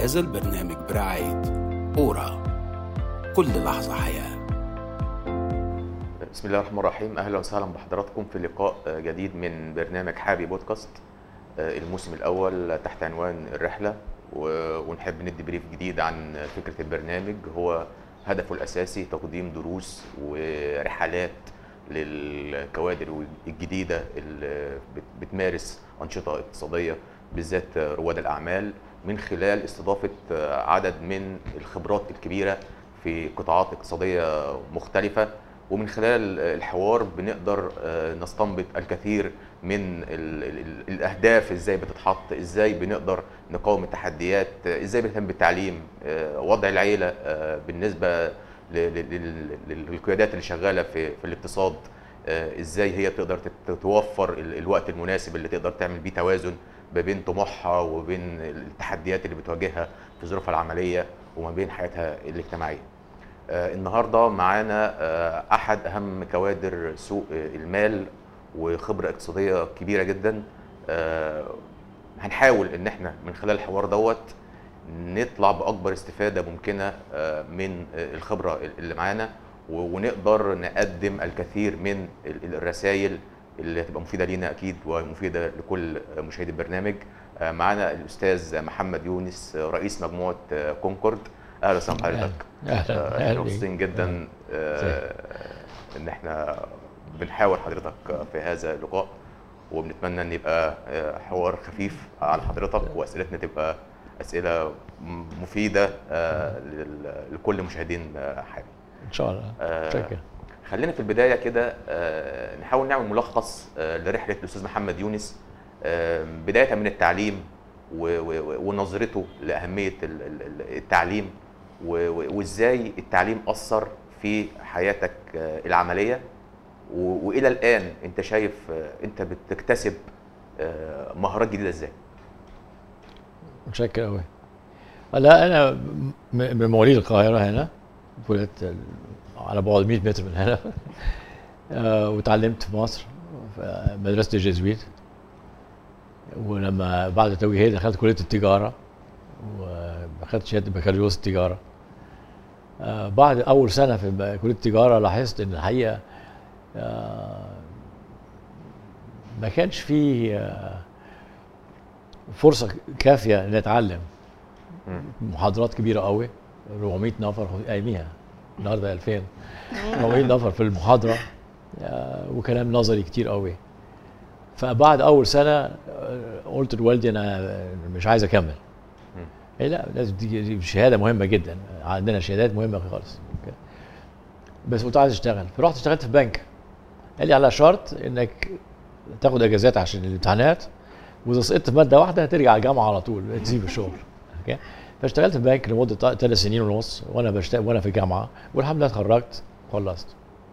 هذا البرنامج برعاية أورا، كل لحظة حياة. بسم الله الرحمن الرحيم. أهلا وسهلا بحضراتكم في لقاء جديد من برنامج حابي بودكاست، الموسم الأول تحت عنوان الرحلة. ونحب ندي بريف جديد عن فكرة البرنامج. هو هدفه الأساسي تقديم دروس ورحلات للكوادر الجديدة اللي بتمارس أنشطة اقتصادية، بالذات رواد الأعمال، من خلال استضافة عدد من الخبرات الكبيرة في قطاعات اقتصادية مختلفة. ومن خلال الحوار بنقدر نستنبط الكثير من الأهداف، إزاي بتتحط، إزاي بنقدر نقاوم التحديات، إزاي بنهتم بالتعليم، وضع العيلة بالنسبة للقيادات اللي شغالة في الاقتصاد، إزاي هي تقدر توفر الوقت المناسب اللي تقدر تعمل بيه توازن ما بين طموحها وبين التحديات اللي بتواجهها في ظروفها العملية وما بين حياتها الاجتماعية. النهارده معانا احد اهم كوادر سوق المال وخبره اقتصاديه كبيره جدا. هنحاول ان احنا من خلال الحوار دوت نطلع باكبر استفاده ممكنه من الخبره اللي معانا، ونقدر نقدم الكثير من الرسائل اللي هتبقى مفيده لينا اكيد ومفيده لكل مشاهدي البرنامج. معانا الاستاذ محمد يونس، رئيس مجموعه كونكورد. اهلا وسهلا بحضرتك. اهلا مبسوطين جدا ان احنا بنحاور حضرتك في هذا اللقاء، وبنتمنى ان يبقى حوار خفيف على حضرتك واسئلتنا تبقى اسئله مفيده لكل مشاهدين حابي ان شاء الله. شكرا. خلينا في البدايه كده نحاول نعمل ملخص لرحله الاستاذ محمد يونس، بدايه من التعليم ونظرته لاهميه التعليم، وازاي التعليم اثر في حياتك العمليه، والى الان انت شايف انت بتكتسب مهارات جديده ازاي؟ متشكر قوي. لا انا من مواليد القاهره هنا، اتولدت على بعد 100 متر من هنا. وتعلمت في مصر في مدرسه الجيزويت، ولما بعد توجيهي دخلت كليه التجاره واخدت شهاده بكالوريوس التجاره. بعد اول سنه في كليه التجاره لاحظت ان الحقيقه ما كانش فيه فرصه كافيه ان اتعلم. محاضرات كبيره قوي، 400 نفر اياميها، النهارده 2000، 400 نفر في المحاضره، وكلام نظري كتير قوي. فبعد اول سنه قلت لوالدي انا مش عايز اكمل. اي لا، لازم تيجي شهاده مهمه جدا، عندنا شهادات مهمه خالص. بس قلت عايز اشتغل، فرحت اشتغلت في بنك. قال لي على شرط انك تاخد اجازات عشان الامتحانات، واذا سقطت في ماده واحده هترجع الجامعه على طول، تسيب الشغل. اوكي. فاشتغلت في بنك لمده 3 سنين ونص وانا في الجامعه، والحمد لله اتخرجت وخلصت.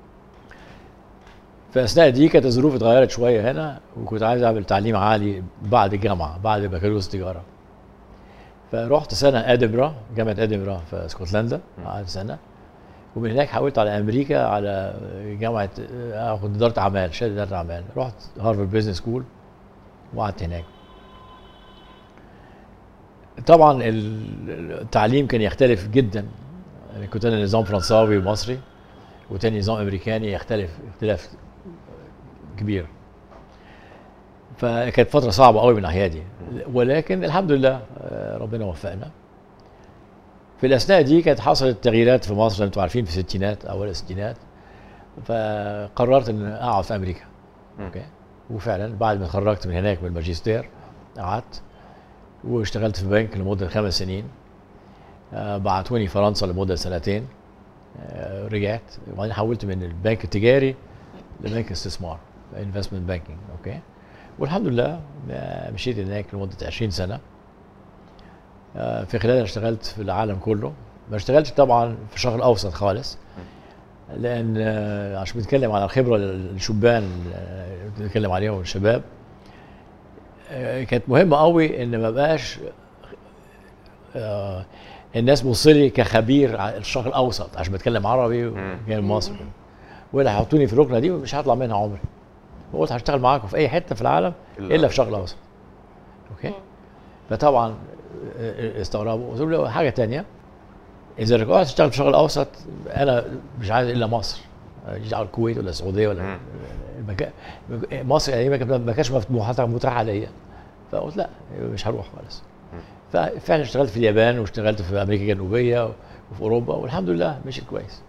في اثناء دي كانت الظروف اتغيرت شويه هنا، وكنت عايز اعمل تعليم عالي بعد الجامعه، بعد بكالوريوس تجاره. فرحت سنه ادنبرا، جامعه ادنبرا في اسكتلندا، قعدت سنه. ومن هناك حاولت على امريكا، على جامعه اخد اداره اعمال، شهاده اداره اعمال. رحت هارفارد بزنس سكول وقعدت هناك. طبعا التعليم كان يختلف جدا. يعني كنت انا نظام فرنساوي ومصري، وتاني نظام امريكاني يختلف اختلاف كبير. فكانت فتره صعبه قوي من الناحيه دي، ولكن الحمد لله ربنا وفقنا. في الاثناء دي كانت حصلت تغييرات في مصر، انتم عارفين، في الستينات، اول الستينات. فقررت ان اقعد في امريكا. اوكي. وفعلا بعد ما اتخرجت من هناك من الماجستير قعدت واشتغلت في بنك لمده 5 سنين. بعتوني فرنسا لمده 2 سنين. رجعت وبعدين حولت من البنك التجاري لبنك استثمار، انفستمنت بانكينج. اوكي. والحمد لله مشيت هناك لمده 20 سنه. في خلالها اشتغلت في العالم كله. ما اشتغلتش طبعا في الشرق الاوسط خالص، لان عشان بنتكلم على الخبره للشبان اللي بنتكلم عليهم الشباب، كانت مهمه قوي ان ما بقاش الناس بصلي كخبير على الشرق الاوسط عشان بتكلم عربي وجاي من مصر، ولا هيحطوني في الركنه دي ومش هطلع منها عمري. وقلت هشتغل معاكم في اي حته في العالم الا في الشرق الاوسط. اوكي. فطبعا استغربوا. قلت له حاجه ثانيه، اذا رجعت تشتغل في الشرق الاوسط انا مش عايز الا مصر، ماليش دعوه الكويت ولا السعوديه ولا مصر يعني ما كانش متاح عليا. فقلت لا مش هروح خالص. ففعلا اشتغلت في اليابان واشتغلت في امريكا الجنوبيه وفي اوروبا والحمد لله مشيت كويس.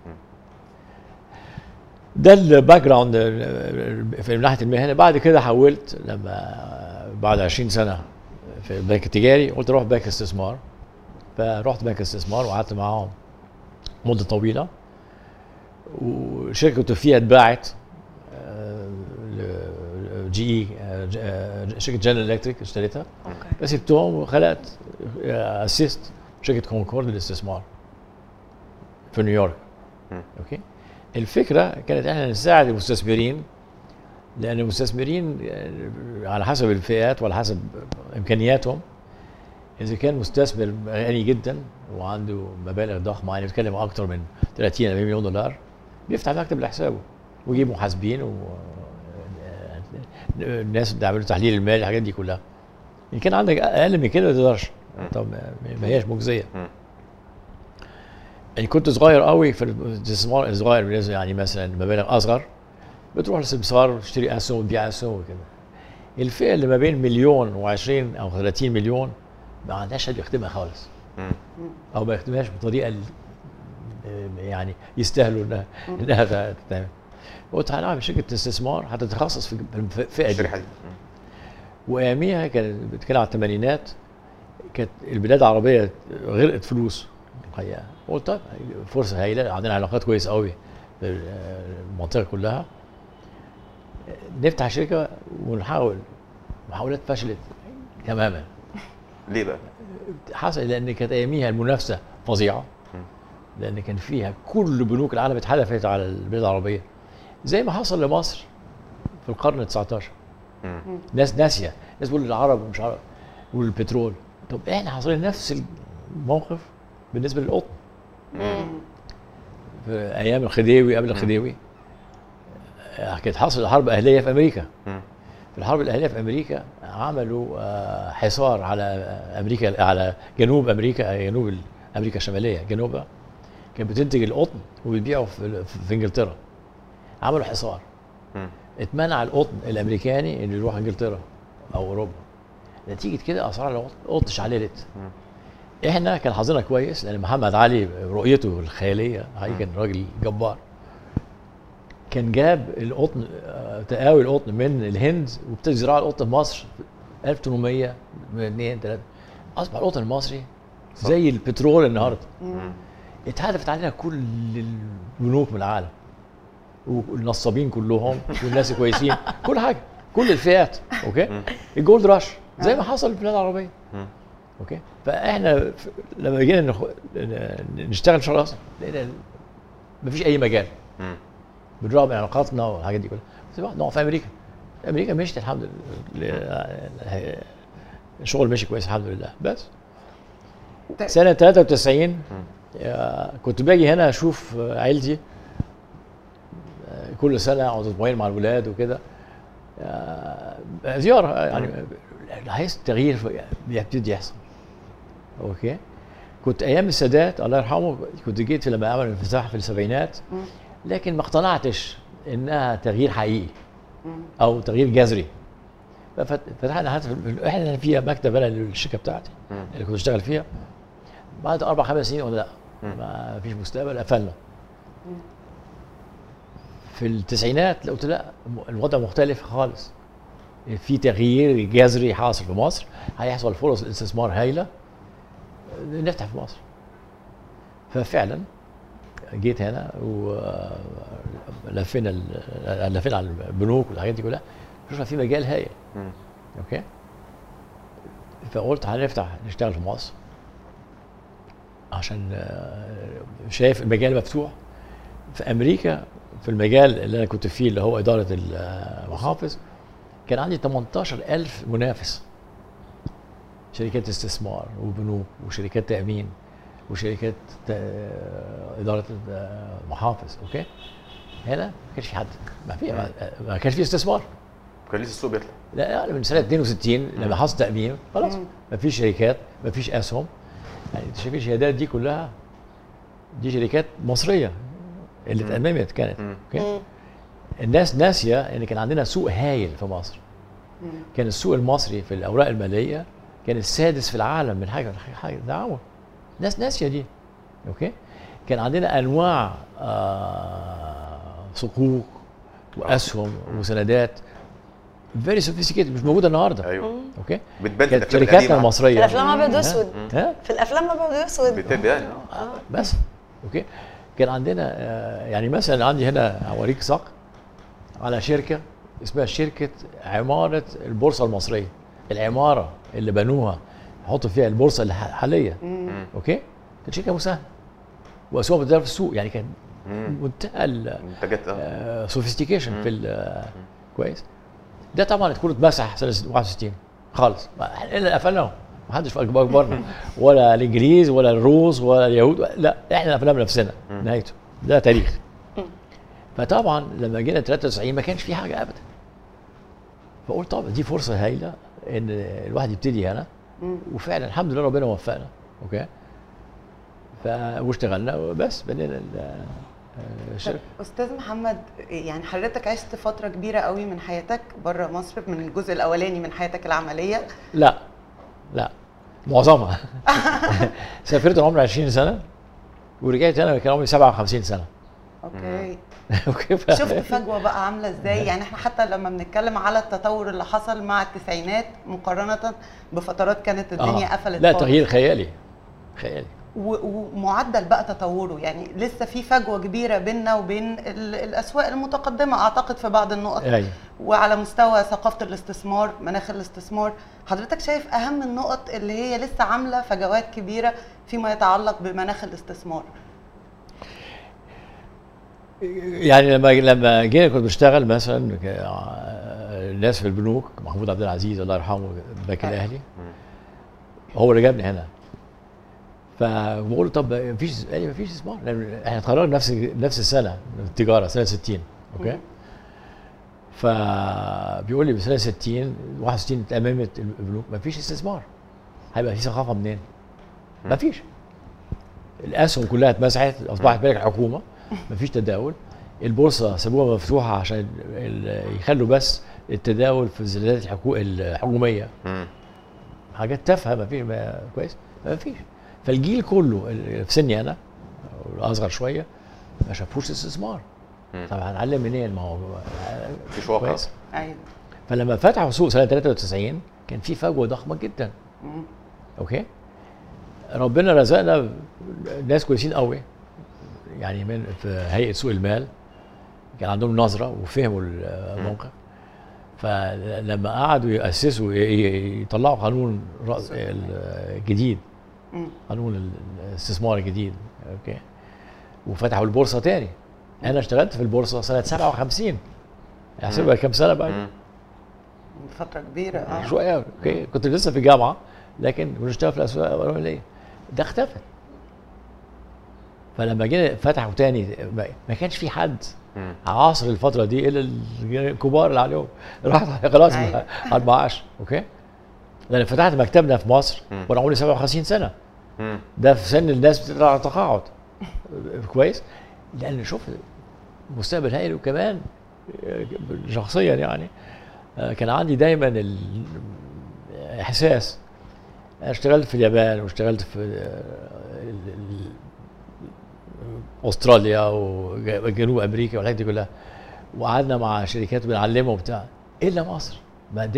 ده الباك جراوند في ناحيه المهنه. بعد كده حولت لما بعد 20 سنه في البنك التجاري قلت اروح بنك استثمار. فرحت بنك استثمار وقعدت معاهم مده طويله، وشركه كنت فيها اتباعت جي شركه جنرال الكتريك اشتريتها. بس سبتهم وخلقت اسيست شركه كونكورد للاستثمار في نيويورك. اوكي. الفكره كانت احنا نساعد المستثمرين، لان المستثمرين على حسب الفئات وعلى حسب امكانياتهم، اذا كان مستثمر غني جدا وعنده مبالغ ضخمه، يعني بيتكلم اكثر من 30 40 مليون دولار، بيفتح مكتب لحسابه ويجيب محاسبين والناس اللي بيعملوا تحليل المال، الحاجات دي كلها. ان كان عندك اقل من كده ما تقدرش، طب ما هياش مجزيه. يعني كنت صغير قوي في الاستثمار الصغير، يعني مثلا مبالغ اصغر بتروح للسمسار تشتري اسهم وتبيع اسهم وكده. الفئه اللي ما بين مليون و20 او 30 مليون ما عندهاش حد يخدمها خالص، او ما يخدمهاش بطريقه يعني يستاهلوا انها تتعمل. قلت هنعمل شركه استثمار هتتخصص في الفئه دي. واياميها كانت بتتكلم على الثمانينات، كانت البلاد العربيه غرقت فلوس الحقيقه. قلت طيب فرصه هايله، عندنا علاقات كويسه قوي في المنطقه كلها، نفتح شركه ونحاول. محاولات فشلت تماما. ليه بقى؟ حصل لان كانت اياميها المنافسه فظيعه، لان كان فيها كل بنوك العالم اتحدفت على البلاد العربيه، زي ما حصل لمصر في القرن ال19. ناس ناسيه، ناس بيقولوا العرب مش عرب والبترول. طب احنا حصل نفس الموقف بالنسبه للقطن. في ايام الخديوي، قبل الخديوي كانت حصل حرب اهليه في امريكا. في الحرب الاهليه في امريكا عملوا حصار على امريكا، على جنوب امريكا، جنوب امريكا الشماليه، جنوبها كانت بتنتج القطن وبتبيعه في انجلترا. عملوا حصار، اتمنع القطن الامريكاني انه يروح انجلترا او اوروبا. نتيجه كده اسعار القطن شعللت. احنا كان حظنا كويس لان محمد علي رؤيته الخياليه، علي كان راجل جبار، كان جاب القطن، تقاوي القطن من الهند، وابتدى زراعه القطن في مصر 1800 من 2 3. اصبح القطن المصري زي البترول النهارده. اتهدفت علينا كل البنوك من العالم والنصابين كلهم والناس كويسين، كل حاجه، كل الفئات. اوكي. الجولد راش زي ما حصل في البلاد العربيه. اوكي. فاحنا لما جينا نشتغل في الشرق الاوسط لقينا مفيش اي مجال بالرغم من علاقاتنا والحاجات دي كلها. نقعد في امريكا. امريكا مشيت الحمد لله، الشغل ماشي كويس الحمد لله. بس سنه 93 كنت باجي هنا اشوف عيلتي كل سنه، اقعد اسبوعين مع الولاد وكده، زياره يعني. حاسس التغيير بيبتدي يحصل. اوكي. كنت ايام السادات الله يرحمه، كنت جيت لما عمل الانفتاح في السبعينات، لكن ما اقتنعتش انها تغيير حقيقي او تغيير جذري. فتحنا احنا فيها مكتب انا للشركه بتاعتي اللي كنت اشتغل فيها. بعد 4 5 سنين قلنا لا، ما فيش مستقبل، قفلنا. في التسعينات قلت لا، الوضع مختلف خالص، في تغيير جذري حاصل في مصر، هيحصل فرص الاستثمار هايله، نفتح في مصر. ففعلا جيت هنا ولفينا على البنوك والحاجات دي كلها، شفنا في مجال هايل. اوكي. فقلت هنفتح نشتغل في مصر عشان شايف المجال مفتوح. في امريكا في المجال اللي انا كنت فيه اللي هو اداره المحافظ، كان عندي 18,000 منافس، شركات استثمار وبنوك وشركات تامين وشركات اداره محافظ. اوكي. هنا ما كانش في حد، ما كانش في استثمار كان لسه السوق بيطلع. لا من سنه 62 لما حصل تاميم خلاص مفيش شركات، مفيش اسهم. يعني انت شايف الشهادات دي كلها دي شركات مصريه اللي اتأممت كانت. اوكي. الناس ناسيه ان كان عندنا سوق هايل في مصر. كان السوق المصري في الاوراق الماليه كان السادس في العالم من حاجه تعاون. الناس ناسيه دي. اوكي. كان عندنا انواع صكوك واسهم وسندات فيري سوفيستيكيتد مش موجوده النهارده. ايوه. اوكي. بتبان كانت شركاتنا المصريه في الافلام ابيض واسود. في الافلام ابيض واسود بتبان. بس. اوكي. كان عندنا يعني مثلا عندي هنا اوريك صق على شركه اسمها شركه عماره البورصه المصريه. العماره اللي بنوها يحطوا فيها البورصه الحاليه. اوكي. كانت شركه مساهمه واسواق بتدار في السوق، يعني كان منتهى المنتجات سوفيستيكيشن في كويس. ده طبعا تكون اتمسح سنه 61 خالص، الا قفلناه، ما حدش اجبرنا ولا الانجليز ولا الروس ولا اليهود، لا احنا قفلناه بنفسنا نهايته. ده تاريخ. فطبعا لما جينا 93 ما كانش في حاجه ابدا. فقلت طبعا دي فرصه هايله ان الواحد يبتدي هنا، وفعلا الحمد لله ربنا وفقنا. اوكي. واشتغلنا بس بنينا الشركه. استاذ محمد، يعني حضرتك عشت فتره كبيره قوي من حياتك بره مصر، من الجزء الاولاني من حياتك العمليه. لا معظمها. سافرت وانا عمري 20 سنه ورجعت هنا كان عمري 57 سنه. اوكي. اوكي. شفت فجوه بقى عامله ازاي؟ يعني احنا حتى لما بنتكلم على التطور اللي حصل مع التسعينات مقارنه بفترات كانت الدنيا قفلت. لا تغيير خيالي. ومعدل بقى تطوره، يعني لسه في فجوه كبيره بيننا وبين الاسواق المتقدمه اعتقد في بعض النقط. وعلى مستوى ثقافه الاستثمار، مناخ الاستثمار، حضرتك شايف اهم النقط اللي هي لسه عامله فجوات كبيره فيما يتعلق بمناخ الاستثمار؟ يعني لما جينا كنت بشتغل مثلا الناس في البنوك، محمود عبد العزيز الله يرحمه البنك الاهلي، هو اللي جابني هنا. فبقول له طب مفيش استثمار، احنا اتخرجنا نفس السنه التجاره سنه 60. اوكي. فبيقول لي بسنه 60 61 اتأممت البنوك، مفيش استثمار، هيبقى في ثقافه منين؟ مفيش. الاسهم كلها اتمسحت، اصبحت ملك الحكومه، مفيش تداول. البورصه سابوها مفتوحه عشان يخلوا بس التداول في الزيادات الحكوميه. حاجات تافهه مفيش. كويس. مفيش. فالجيل كله في سني انا الاصغر شويه ما شافوش استثمار. طب هنعلم منين؟ ما هو مفيش واقع. ايوه. فلما فتحوا سوق سنه 93 كان في فجوه ضخمه جدا. اوكي. ربنا رزقنا ناس كويسين قوي، يعني من في هيئه سوق المال كان عندهم نظره وفهموا الموقف. فلما قعدوا ياسسوا يطلعوا قانون الجديد، قانون الاستثمار الجديد. اوكي. وفتحوا البورصه تاني. انا اشتغلت في البورصه سنه 57، احسبها كام سنه بقى؟ فتره كبيره. شويه. اوكي. كنت لسه في الجامعه لكن بنشتغل في الاسواق الاولانيه. ده اختفت. فلما جينا فتحوا تاني ما كانش في حد عاصر الفتره دي الا الكبار اللي عليهم راح خلاص على المعاش. اوكي. لان فتحت مكتبنا في مصر وانا عمري 57 سنه. ده في سن الناس بتطلع على التقاعد. كويس. لان شوف مستقبل هائل. وكمان شخصيا يعني كان عندي دايما الاحساس. اشتغلت في اليابان واشتغلت في استراليا وجنوب امريكا والحاجات دي كلها، وقعدنا مع شركات بنعلمهم وبتاع، الا مصر ما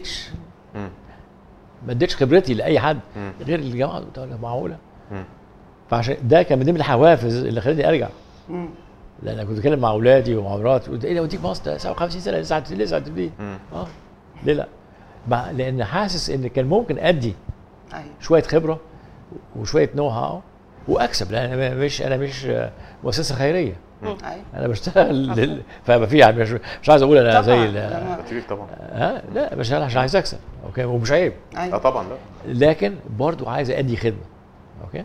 اديتش خبرتي لاي حد غير الجامعه. معقوله؟ فعشان ده كان من ضمن الحوافز اللي خلاني ارجع. لان كنت بتكلم مع اولادي ومع مراتي، قلت ايه ده وديك مصر 57 سنه لسه هتبتدي. ليه لا؟ لان حاسس ان كان ممكن ادي شويه خبره وشويه نو هاو واكسب، لان انا مش مؤسسه خيريه. انا بشتغل فما في يعني مش عايز اقول انا زي طبعا لا بشتغل عشان عايز اكسب. اوكي. ومش عيب. طبعا لا. لكن برضو عايز ادي خدمه. اوكي.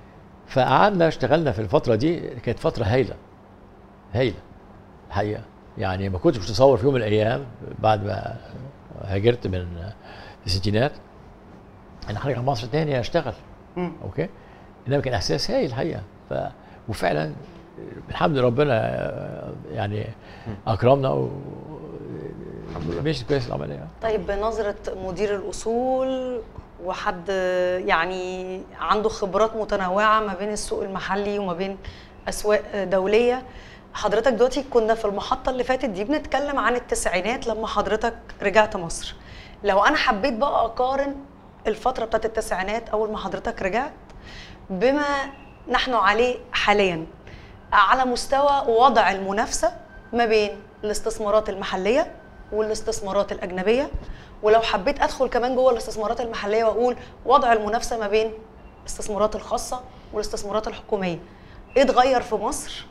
فقعدنا اشتغلنا في الفتره دي، كانت فتره هايله الحقيقه. يعني ما كنتش متصور في يوم من الايام بعد ما هاجرت من الستينات انا هرجع مصر تاني اشتغل. اوكي، انما كان احساس هايل الحقيقه. وفعلا الحمد لله ربنا يعني اكرمنا مشيت كويس العمليه. طيب بنظره مدير الاصول وحد يعني عنده خبرات متنوعه ما بين السوق المحلي وما بين اسواق دوليه، حضرتك دلوقتي كنا في المحطه اللي فاتت دي بنتكلم عن التسعينات لما حضرتك رجعت مصر. لو انا حبيت بقى اقارن الفتره بتاعت التسعينات اول ما حضرتك رجعت بما نحن عليه حاليا على مستوى وضع المنافسه ما بين الاستثمارات المحليه والاستثمارات الاجنبيه، ولو حبيت ادخل كمان جوه الاستثمارات المحليه واقول وضع المنافسه ما بين الاستثمارات الخاصه والاستثمارات الحكوميه، ايه اتغير في مصر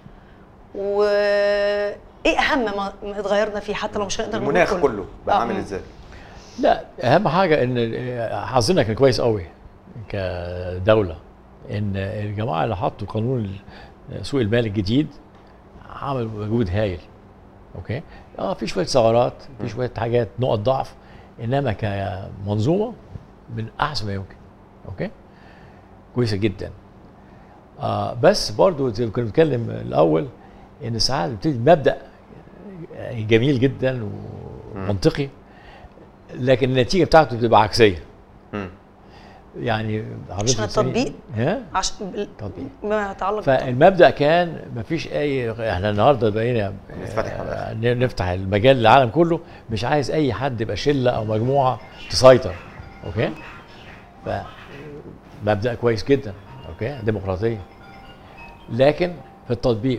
وايه اهم ما اتغيرنا فيه حتى لو مش هنقدر نقول المناخ كله بقى عامل ازاي؟ لا اهم حاجه ان حظنا كان كويس قوي كدوله ان الجماعه اللي حطوا قانون سوق المال الجديد عملوا مجهود هايل. اوكي، في شويه ثغرات، في شويه حاجات نقط ضعف، انما كمنظومه من احسن ما يمكن. اوكي، كويسه جدا. بس برضو زي ما كنا بنتكلم الاول ان ساعات بتبتدي مبدا جميل جدا ومنطقي لكن النتيجه بتاعته بتبقى عكسيه. يعني عشان التطبيق عشان التطبيق ما يتعلق فالمبدا كان ما فيش احنا النهارده بقينا نفتح المجال للعالم كله، مش عايز اي حد يبقى شله او مجموعه تسيطر. اوكي، فمبدا كويس جدا. اوكي، ديمقراطيه. لكن في التطبيق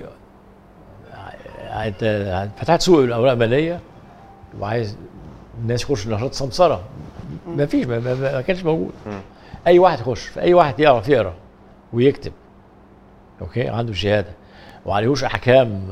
انت فتحت سوق الاوراق الماليه وعايز الناس يخشوا نشاط سمسره، ما فيش ما كانش موجود. اي واحد يخش، فاي واحد يعرف يقرا ويكتب. اوكي، عنده شهاده وعليهوش احكام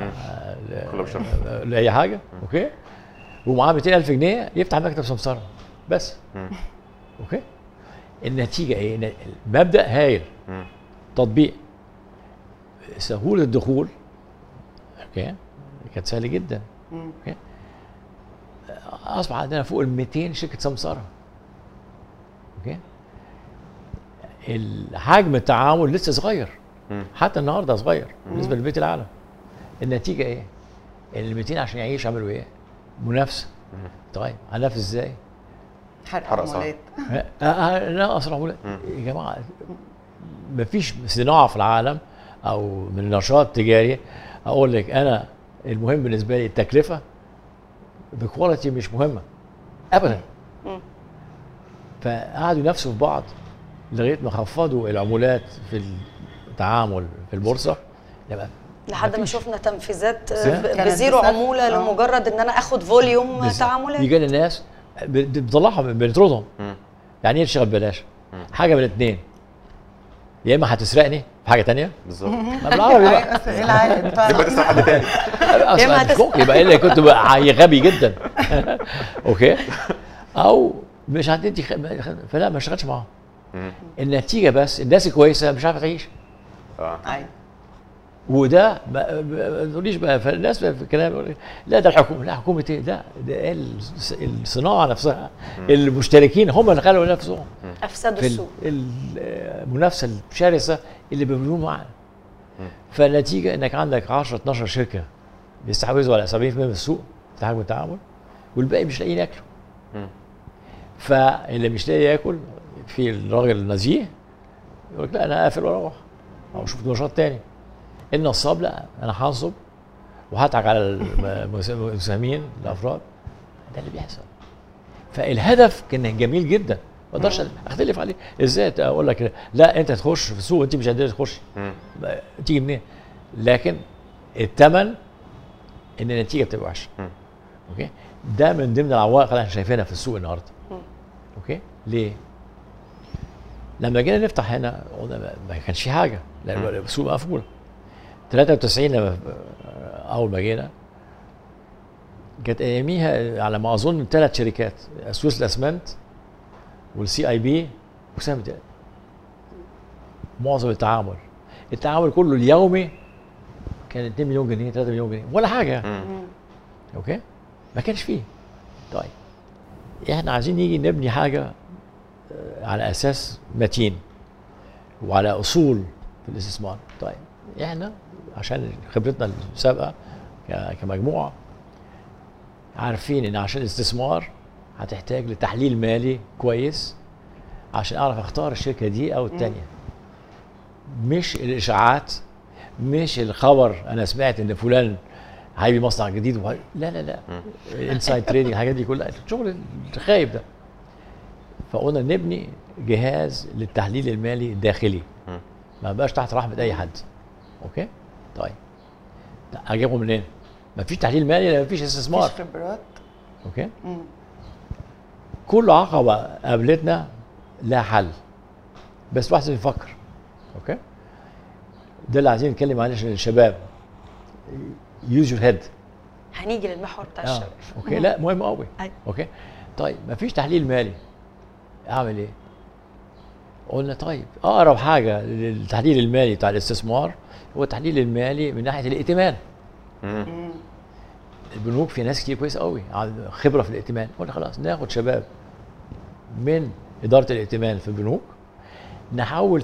لاي حاجه. اوكي، ومعاه 200,000 جنيه يفتح مكتب سمسره بس. اوكي، النتيجه ايه؟ مبدا هايل، تطبيق، سهوله الدخول. اوكي، كانت سهله جدا. اوكي، اصبح عندنا فوق ال 200 شركه سمسره. اوكي، الحجم التعامل لسه صغير، حتى النهارده صغير بالنسبه لبقيه العالم. النتيجه ايه؟ ال 200 عشان يعيش عملوا ايه؟ منافسه. طيب هننافس ازاي؟ حرق عمولات. لا اسرع عمولات يا جماعه. مفيش صناعه في العالم او من نشاط تجاري اقول لك انا المهم بالنسبه لي التكلفه بكواليتي مش مهمه ابدا. فقعدوا ينافسوا في بعض لغايه ما خفضوا العمولات في التعامل في البورصه لحد ما شفنا تنفيذات بزيرو عموله لمجرد ان انا اخد فوليوم تعاملات. يجي الناس بنطلعهم بنطردهم. يعني ايه تشتغل ببلاش؟ حاجه من الاثنين، يا اما هتسرقني في حاجه ثانيه بالظبط بالعربي بقى بس ايه العائد؟ يبقى تسرق حد تاني اصلا مش ممكن يبقى الا كنت غبي جدا. اوكي، او مش هتدي فلا ما اشتغلش معاهم. النتيجه بس الناس الكويسه مش عارفه تعيش. ايوه، وده ما تقوليش بقى. فالناس في الكلام يقول لا ده الحكومه، لا حكومه ايه؟ ده الصناعه نفسها، المشتركين هم اللي خلوا نفسهم افسدوا السوق، المنافسه الشرسه اللي بيعملوها معانا. فالنتيجه انك عندك 10 12 شركه بيستحوذوا على 70% من السوق في حجم التعامل، والباقي مش لاقيين ياكلوا. فاللي مش لاقي ياكل في الراجل النزيه يقول لك لا انا قافل واروح او اشوف نشاط تاني. النصاب لا انا هنصب وهضحك على المساهمين الافراد. ده اللي بيحصل. فالهدف كان جميل جدا، ما اقدرش اختلف عليه. ازاي اقول لك لا انت تخش في السوق وانت مش قادر تخش، تيجي منين؟ لكن الثمن ان النتيجه بتبقى وحشه. اوكي، ده من ضمن العوائق اللي احنا شايفينها في السوق النهارده. اوكي، ليه؟ لما جينا نفتح هنا ما كانش في حاجه لان السوق مقفوله. 93 لما اول ما جينا كانت اياميها على ما اظن 3 شركات، سويس الاسمنت والسي اي بي وسام. معظم التعامل كله اليومي كان 2 مليون جنيه 3 مليون جنيه ولا حاجه. اوكي، ما كانش فيه. طيب احنا عايزين نيجي نبني حاجه على اساس متين وعلى اصول في الاستثمار. طيب احنا عشان خبرتنا السابقه كمجموعه عارفين ان عشان الاستثمار هتحتاج لتحليل مالي كويس عشان اعرف اختار الشركه دي او الثانيه. مش الاشاعات، مش الخبر انا سمعت ان فلان هيبي مصنع جديد لا لا لا، الانسايد تريدنج الحاجات دي كلها الشغل الخايب ده. فقلنا نبني جهاز للتحليل المالي الداخلي ما بقاش تحت رحمه اي حد. اوكي طيب اجيبه منين؟ ما فيش تحليل مالي، ما فيش استثمار، مفيش خبرات. اوكي كل عقبه قابلتنا لها حل، بس واحد يفكر. اوكي ده اللي عايزين نتكلم عليه عشان الشباب. يوز يور هيد. هنيجي للمحور بتاع الشباب. اوكي لا مهم قوي. اوكي طيب ما فيش تحليل مالي، اعمل ايه؟ قلنا طيب اقرب حاجه للتحليل المالي بتاع الاستثمار هو التحليل المالي من ناحيه الائتمان. البنوك في ناس كتير كويس قوي خبره في الائتمان. قلنا خلاص ناخد شباب من اداره الائتمان في البنوك نحول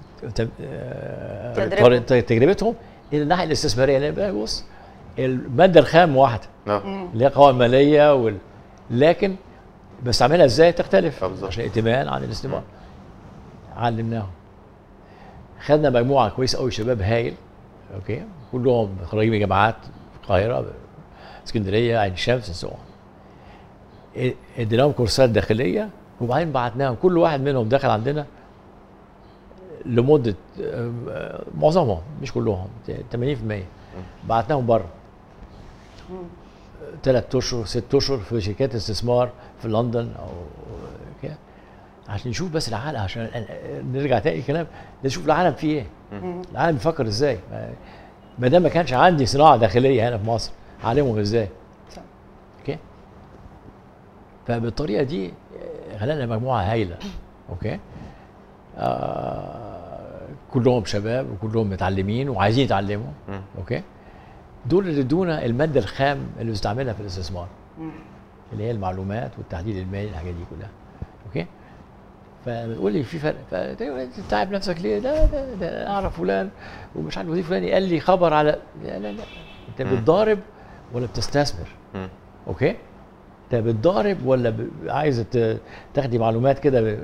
تجربتهم الى الناحيه الاستثماريه. لان بص الماده الخام واحده اللي هي قوائم ماليه لكن بستعملها ازاي تختلف عشان الائتمان عن الاستثمار. علمناهم، خدنا مجموعه كويس قوي شباب هايل. اوكي كلهم خريجين من جامعات القاهره، اسكندريه، عين الشمس، اديناهم كورسات داخليه وبعدين بعتناهم. كل واحد منهم دخل عندنا لمده معظمهم مش كلهم 80% بعتناهم بره 3 اشهر 6 اشهر في شركات استثمار في لندن او كده عشان نشوف بس العالم. عشان نرجع تاني الكلام نشوف العالم فيه ايه، العالم بيفكر ازاي. ما دام ما كانش عندي صناعه داخليه هنا في مصر اعلمهم ازاي. اوكي فبالطريقه دي خلقنا مجموعه هايله. اوكي كلهم شباب وكلهم متعلمين وعايزين يتعلموا. اوكي دول اللي ادونا الماده الخام اللي بنستعملها في الاستثمار اللي هي المعلومات والتحليل المالي الحاجات دي كلها. اوكي فبتقول لي في فرق، فتتعب نفسك ليه؟ ده اعرف فلان ومش عارف مدير فلاني قال لي خبر على لا انت بتضارب ولا بتستثمر؟ اوكي انت بتضارب ولا عايز تاخدي معلومات كده؟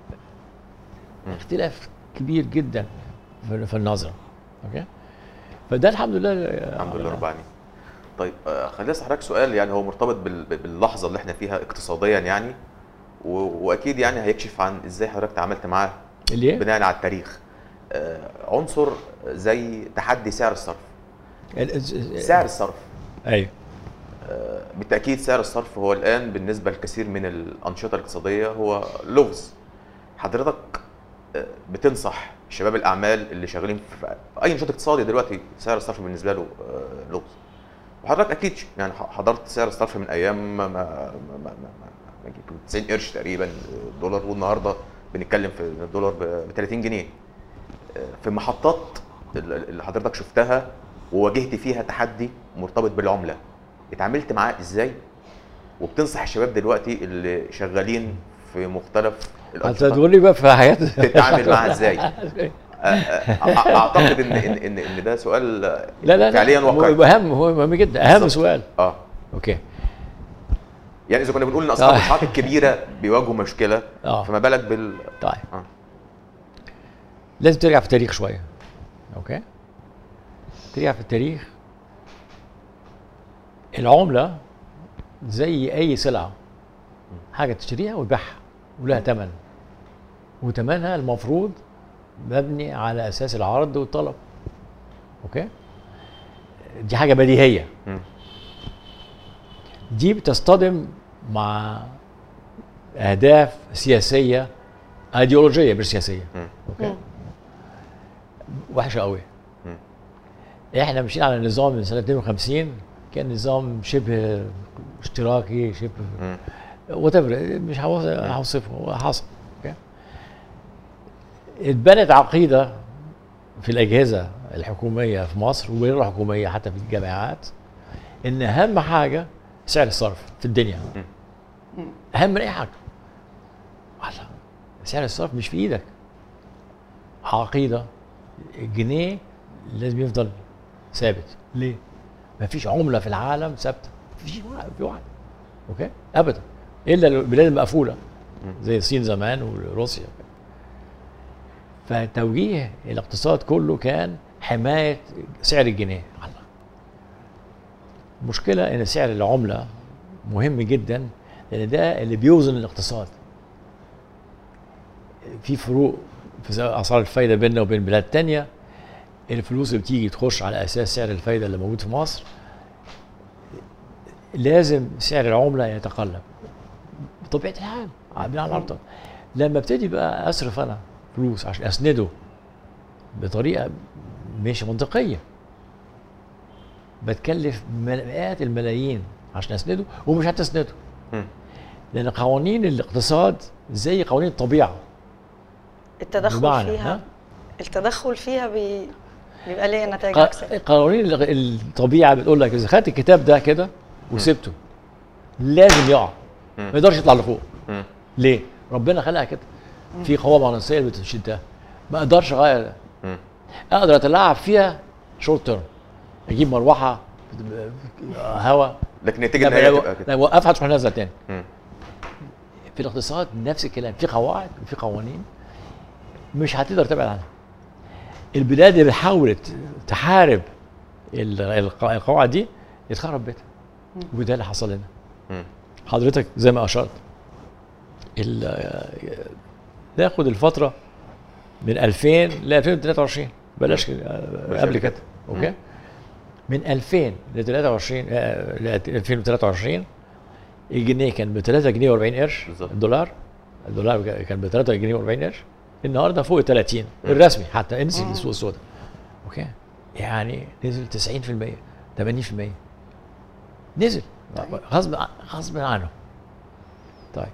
اختلاف كبير جدا في النظره. اوكي فده الحمد لله رب العالمين. طيب خليني اسال حضرتك سؤال يعني هو مرتبط باللحظه اللي احنا فيها اقتصاديا يعني واكيد يعني هيكشف عن ازاي حضرتك تعاملت معاه بناء على التاريخ. عنصر زي تحدي سعر الصرف. سعر الصرف ايوه بالتاكيد سعر الصرف هو الان بالنسبه لكثير من الانشطه الاقتصاديه هو لغز. حضرتك بتنصح شباب الاعمال اللي شغالين في اي نشاط اقتصادي دلوقتي سعر الصرف بالنسبه له لغز، وحضرتك اكيد يعني حضرت سعر الصرف من ايام ما 90 قرش تقريبا الدولار، والنهارده بنتكلم في الدولار ب 30 جنيه. في محطات اللي حضرتك شفتها وواجهت فيها تحدي مرتبط بالعمله اتعاملت معاه ازاي؟ وبتنصح الشباب دلوقتي اللي شغالين في مختلف الانشطه هتقول لي بقى في حياتي تتعامل معاها ازاي؟ اعتقد ان ده سؤال لا فعليا واقعي. هو مهم جدا، اهم سؤال. اوكي يعني اذا كنا بنقول ان اصحاب الصناعات الكبيره بيواجهوا مشكله فما بالك طيب لازم ترجع في التاريخ شويه. اوكي ترجع في التاريخ. العمله زي اي سلعه حاجه تشتريها وتبيعها ولها ثمن، وثمنها المفروض مبني على اساس العرض والطلب. اوكي دي حاجه بديهيه. دي بتصطدم مع اهداف سياسيه ايديولوجيه مش سياسيه. اوكي وحشه قوي. احنا مشينا على نظام من سنه 52 كان نظام شبه اشتراكي شبه وات ايفر مش هوصفه هو حصل. اوكي اتبنت عقيده في الاجهزه الحكوميه في مصر وغير الحكوميه حتى في الجامعات ان اهم حاجه سعر الصرف في الدنيا، اهم من اي حاجه. سعر الصرف مش في ايدك. عقيده الجنيه لازم يفضل ثابت. ليه؟ ما فيش عمله في العالم ثابته، في واحد اوكي ابدا، الا البلاد المقفوله زي الصين زمان وروسيا. فتوجيه الاقتصاد كله كان حمايه سعر الجنيه. المشكله ان سعر العمله مهم جدا، لان ده اللي بيوزن الاقتصاد. في فروق في اسعار الفايده بيننا وبين بلاد تانية. الفلوس اللي بتيجي تخش على اساس سعر الفايده اللي موجود في مصر، لازم سعر العمله يتقلب بطبيعه الحال على الارض. لما ابتدي بقى اصرف انا فلوس عشان اسنده بطريقه مش منطقيه، بتكلف مئات الملايين عشان اسنده ومش هتسنده. لان قوانين الاقتصاد زي قوانين الطبيعه، التدخل فيها بيبقى ليه نتائج عكسيه. قوانين الطبيعه بتقول لك اذا خدت الكتاب ده كده وسبته لازم يقع، ما يقدرش يطلع لفوق. ليه؟ ربنا خلقها كده، في قوه مغناطيسيه اللي بتشدها، ما اقدرش اغير ده. اقدر اتلاعب فيها شورت تيرم، اجيب مروحه هواء، لكن النتيجه النهائيه تبقى كده، لو وقفها تروح نازله تاني. في الاقتصاد نفس الكلام، في قواعد وفي قوانين مش هتقدر تبعد عنها. البلاد اللي بتحاول تحارب القواعد دي يتخرب بيتها، وده اللي حصل لنا. حضرتك زي ما اشرت، ناخد الفتره من 2000 ل 2023، بلاش قبل كده اوكي. من 2000 ل 23 ل 2023 الجنيه كان ب 3 جنيه و40 قرش. الدولار كان ب 3 جنيه و40 قرش. النهارده فوق ال 30 الرسمي، حتى انسي السوق السوداء اوكي. يعني نزل 90%، 80% نزل غصب عنه. طيب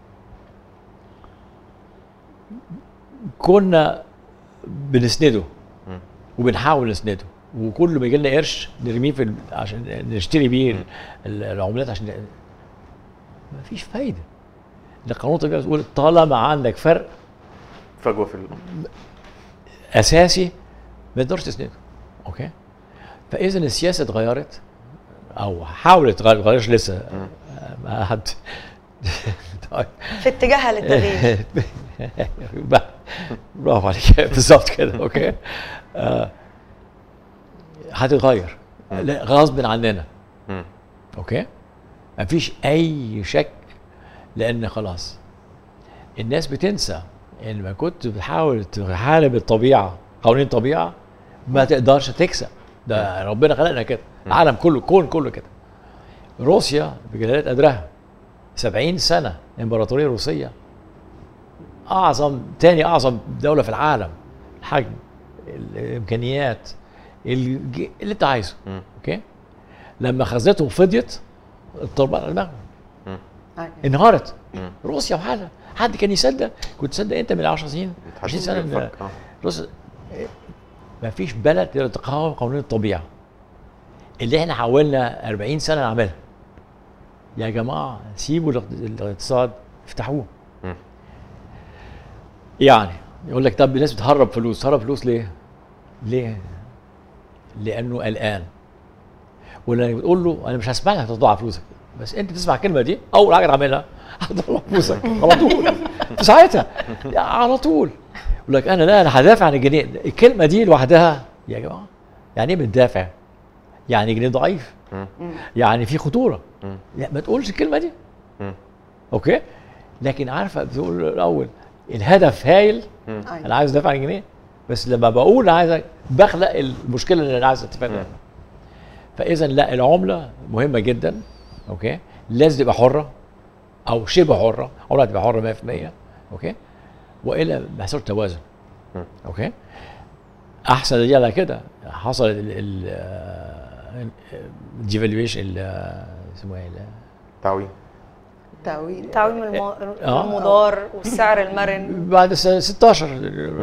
كنا بنسنده وبنحاول نسنده، وكل ما يجي لنا قرش نرميه عشان نشتري بيه العملات، عشان ما فيش فايده. القانون الطبيعي بيقول طالما عندك فرق فجوه في اساسي ما تقدرش تسنده اوكي. فاذا السياسه اتغيرت او حاولت تغير، ما اتغيرش لسه ما حد في اتجاهها للتغيير. برافو عليك، بالظبط كده اوكي. هتتغير غصب عننا اوكي، مفيش اي شك. لان خلاص الناس بتنسى ان ما كنت بتحاول تحارب الطبيعه، قوانين الطبيعه، ما تقدرش تكسب. ده ربنا خلقنا كده، العالم كله، الكون كله كده. روسيا بجلالة قدرها 70 سنه امبراطوريه روسيه، تاني اعظم دوله في العالم، الحجم، الامكانيات، اللي انت عايزه اوكي. لما خزنتهم فضيت الطربان على دماغهم، انهارت روسيا وحالها. حد كان يصدق؟ كنت تصدق انت من 10 سنين 20 سنه روسيا؟ ما فيش بلد تقدر تقاوم قوانين الطبيعه اللي احنا حاولنا 40 سنه نعملها. يا جماعه سيبوا الاقتصاد، افتحوه. يعني يقول لك طب الناس بتهرب فلوس، تهرب فلوس ليه؟ لانه قلقان. ولما بتقول له انا مش هسمح لك تطلع فلوسك، بس انت تسمع الكلمه دي اول حاجه تعملها هتطلع فلوسك على طول في ساعتها على طول. يقول لك انا هدافع عن الجنيه. الكلمه دي لوحدها يا جماعه يعني ايه بتدافع؟ يعني جنيه ضعيف، يعني في خطوره. لا ما تقولش الكلمه دي اوكي. لكن عارفه بتقول الاول الهدف هايل، انا عايز ادافع عن الجنيه، بس لما بقول عايز بخلق المشكله اللي انا عايز اتفادى منها. فاذا لا، العمله مهمه جدا اوكي، لازم تبقى حره او شبه حره، عمرها تبقى حره 100% اوكي، والا بيحصل توازن اوكي. احسن دليل على كده حصل الديفالويشن، اسمه ايه، تعويم المضار والسعر المرن. بعد 16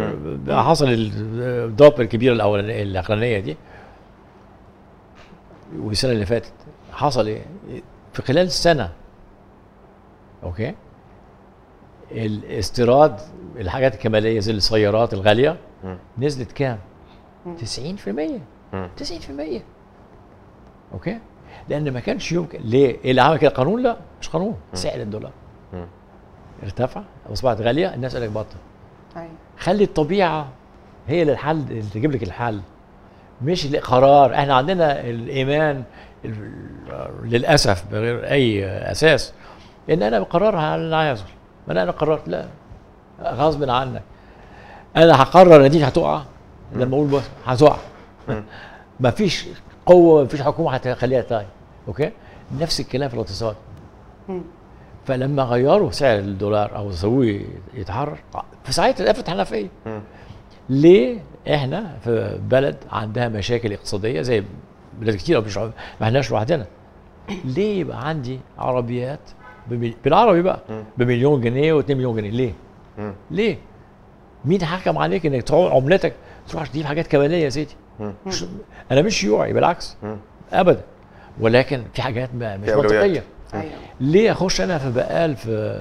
حصل الدروب الكبيره الاخرانيه دي. والسنه اللي فاتت حصل ايه؟ في خلال سنه اوكي الاستيراد الحاجات الكماليه زي السيارات الغاليه نزلت كام؟ 90%. 90%. اوكي؟ لان ما كانش يمكن. ليه؟ اللي عمل كده قانون؟ لا مش قانون، سعر الدولار ارتفع واصبحت غاليه، الناس قال لك بطل. ايوه خلي الطبيعه هي اللي الحل، اللي تجيب لك الحل، مش قرار. احنا عندنا الايمان للاسف بغير اي اساس ان انا بقرر على اللي عايزه. ما انا قررت، لا غصب عنك. انا هقرر النتيجه هتقع لما اقول بس هتقع. ما فيش قوه، ما فيش حكومه هتخليها تاي. اوكي؟ نفس الكلام في الاقتصاد. فلما غيروا سعر الدولار او سووه يتحرر، في ساعتها اتقفلت حنفيه. ليه؟ احنا في بلد عندها مشاكل اقتصاديه زي بلاد كتير، مش ما احناش لوحدنا. ليه يبقى عندي عربيات بالعربي بقى بمليون جنيه و2 مليون جنيه؟ ليه؟ ليه؟ مين حكم عليك انك تروح عملتك تروح تجيب حاجات كماليه يا سيدي؟ انا مش شيوعي بالعكس ابدا، ولكن في حاجات مش منطقيه. ايوه ليه اخش انا في بقال في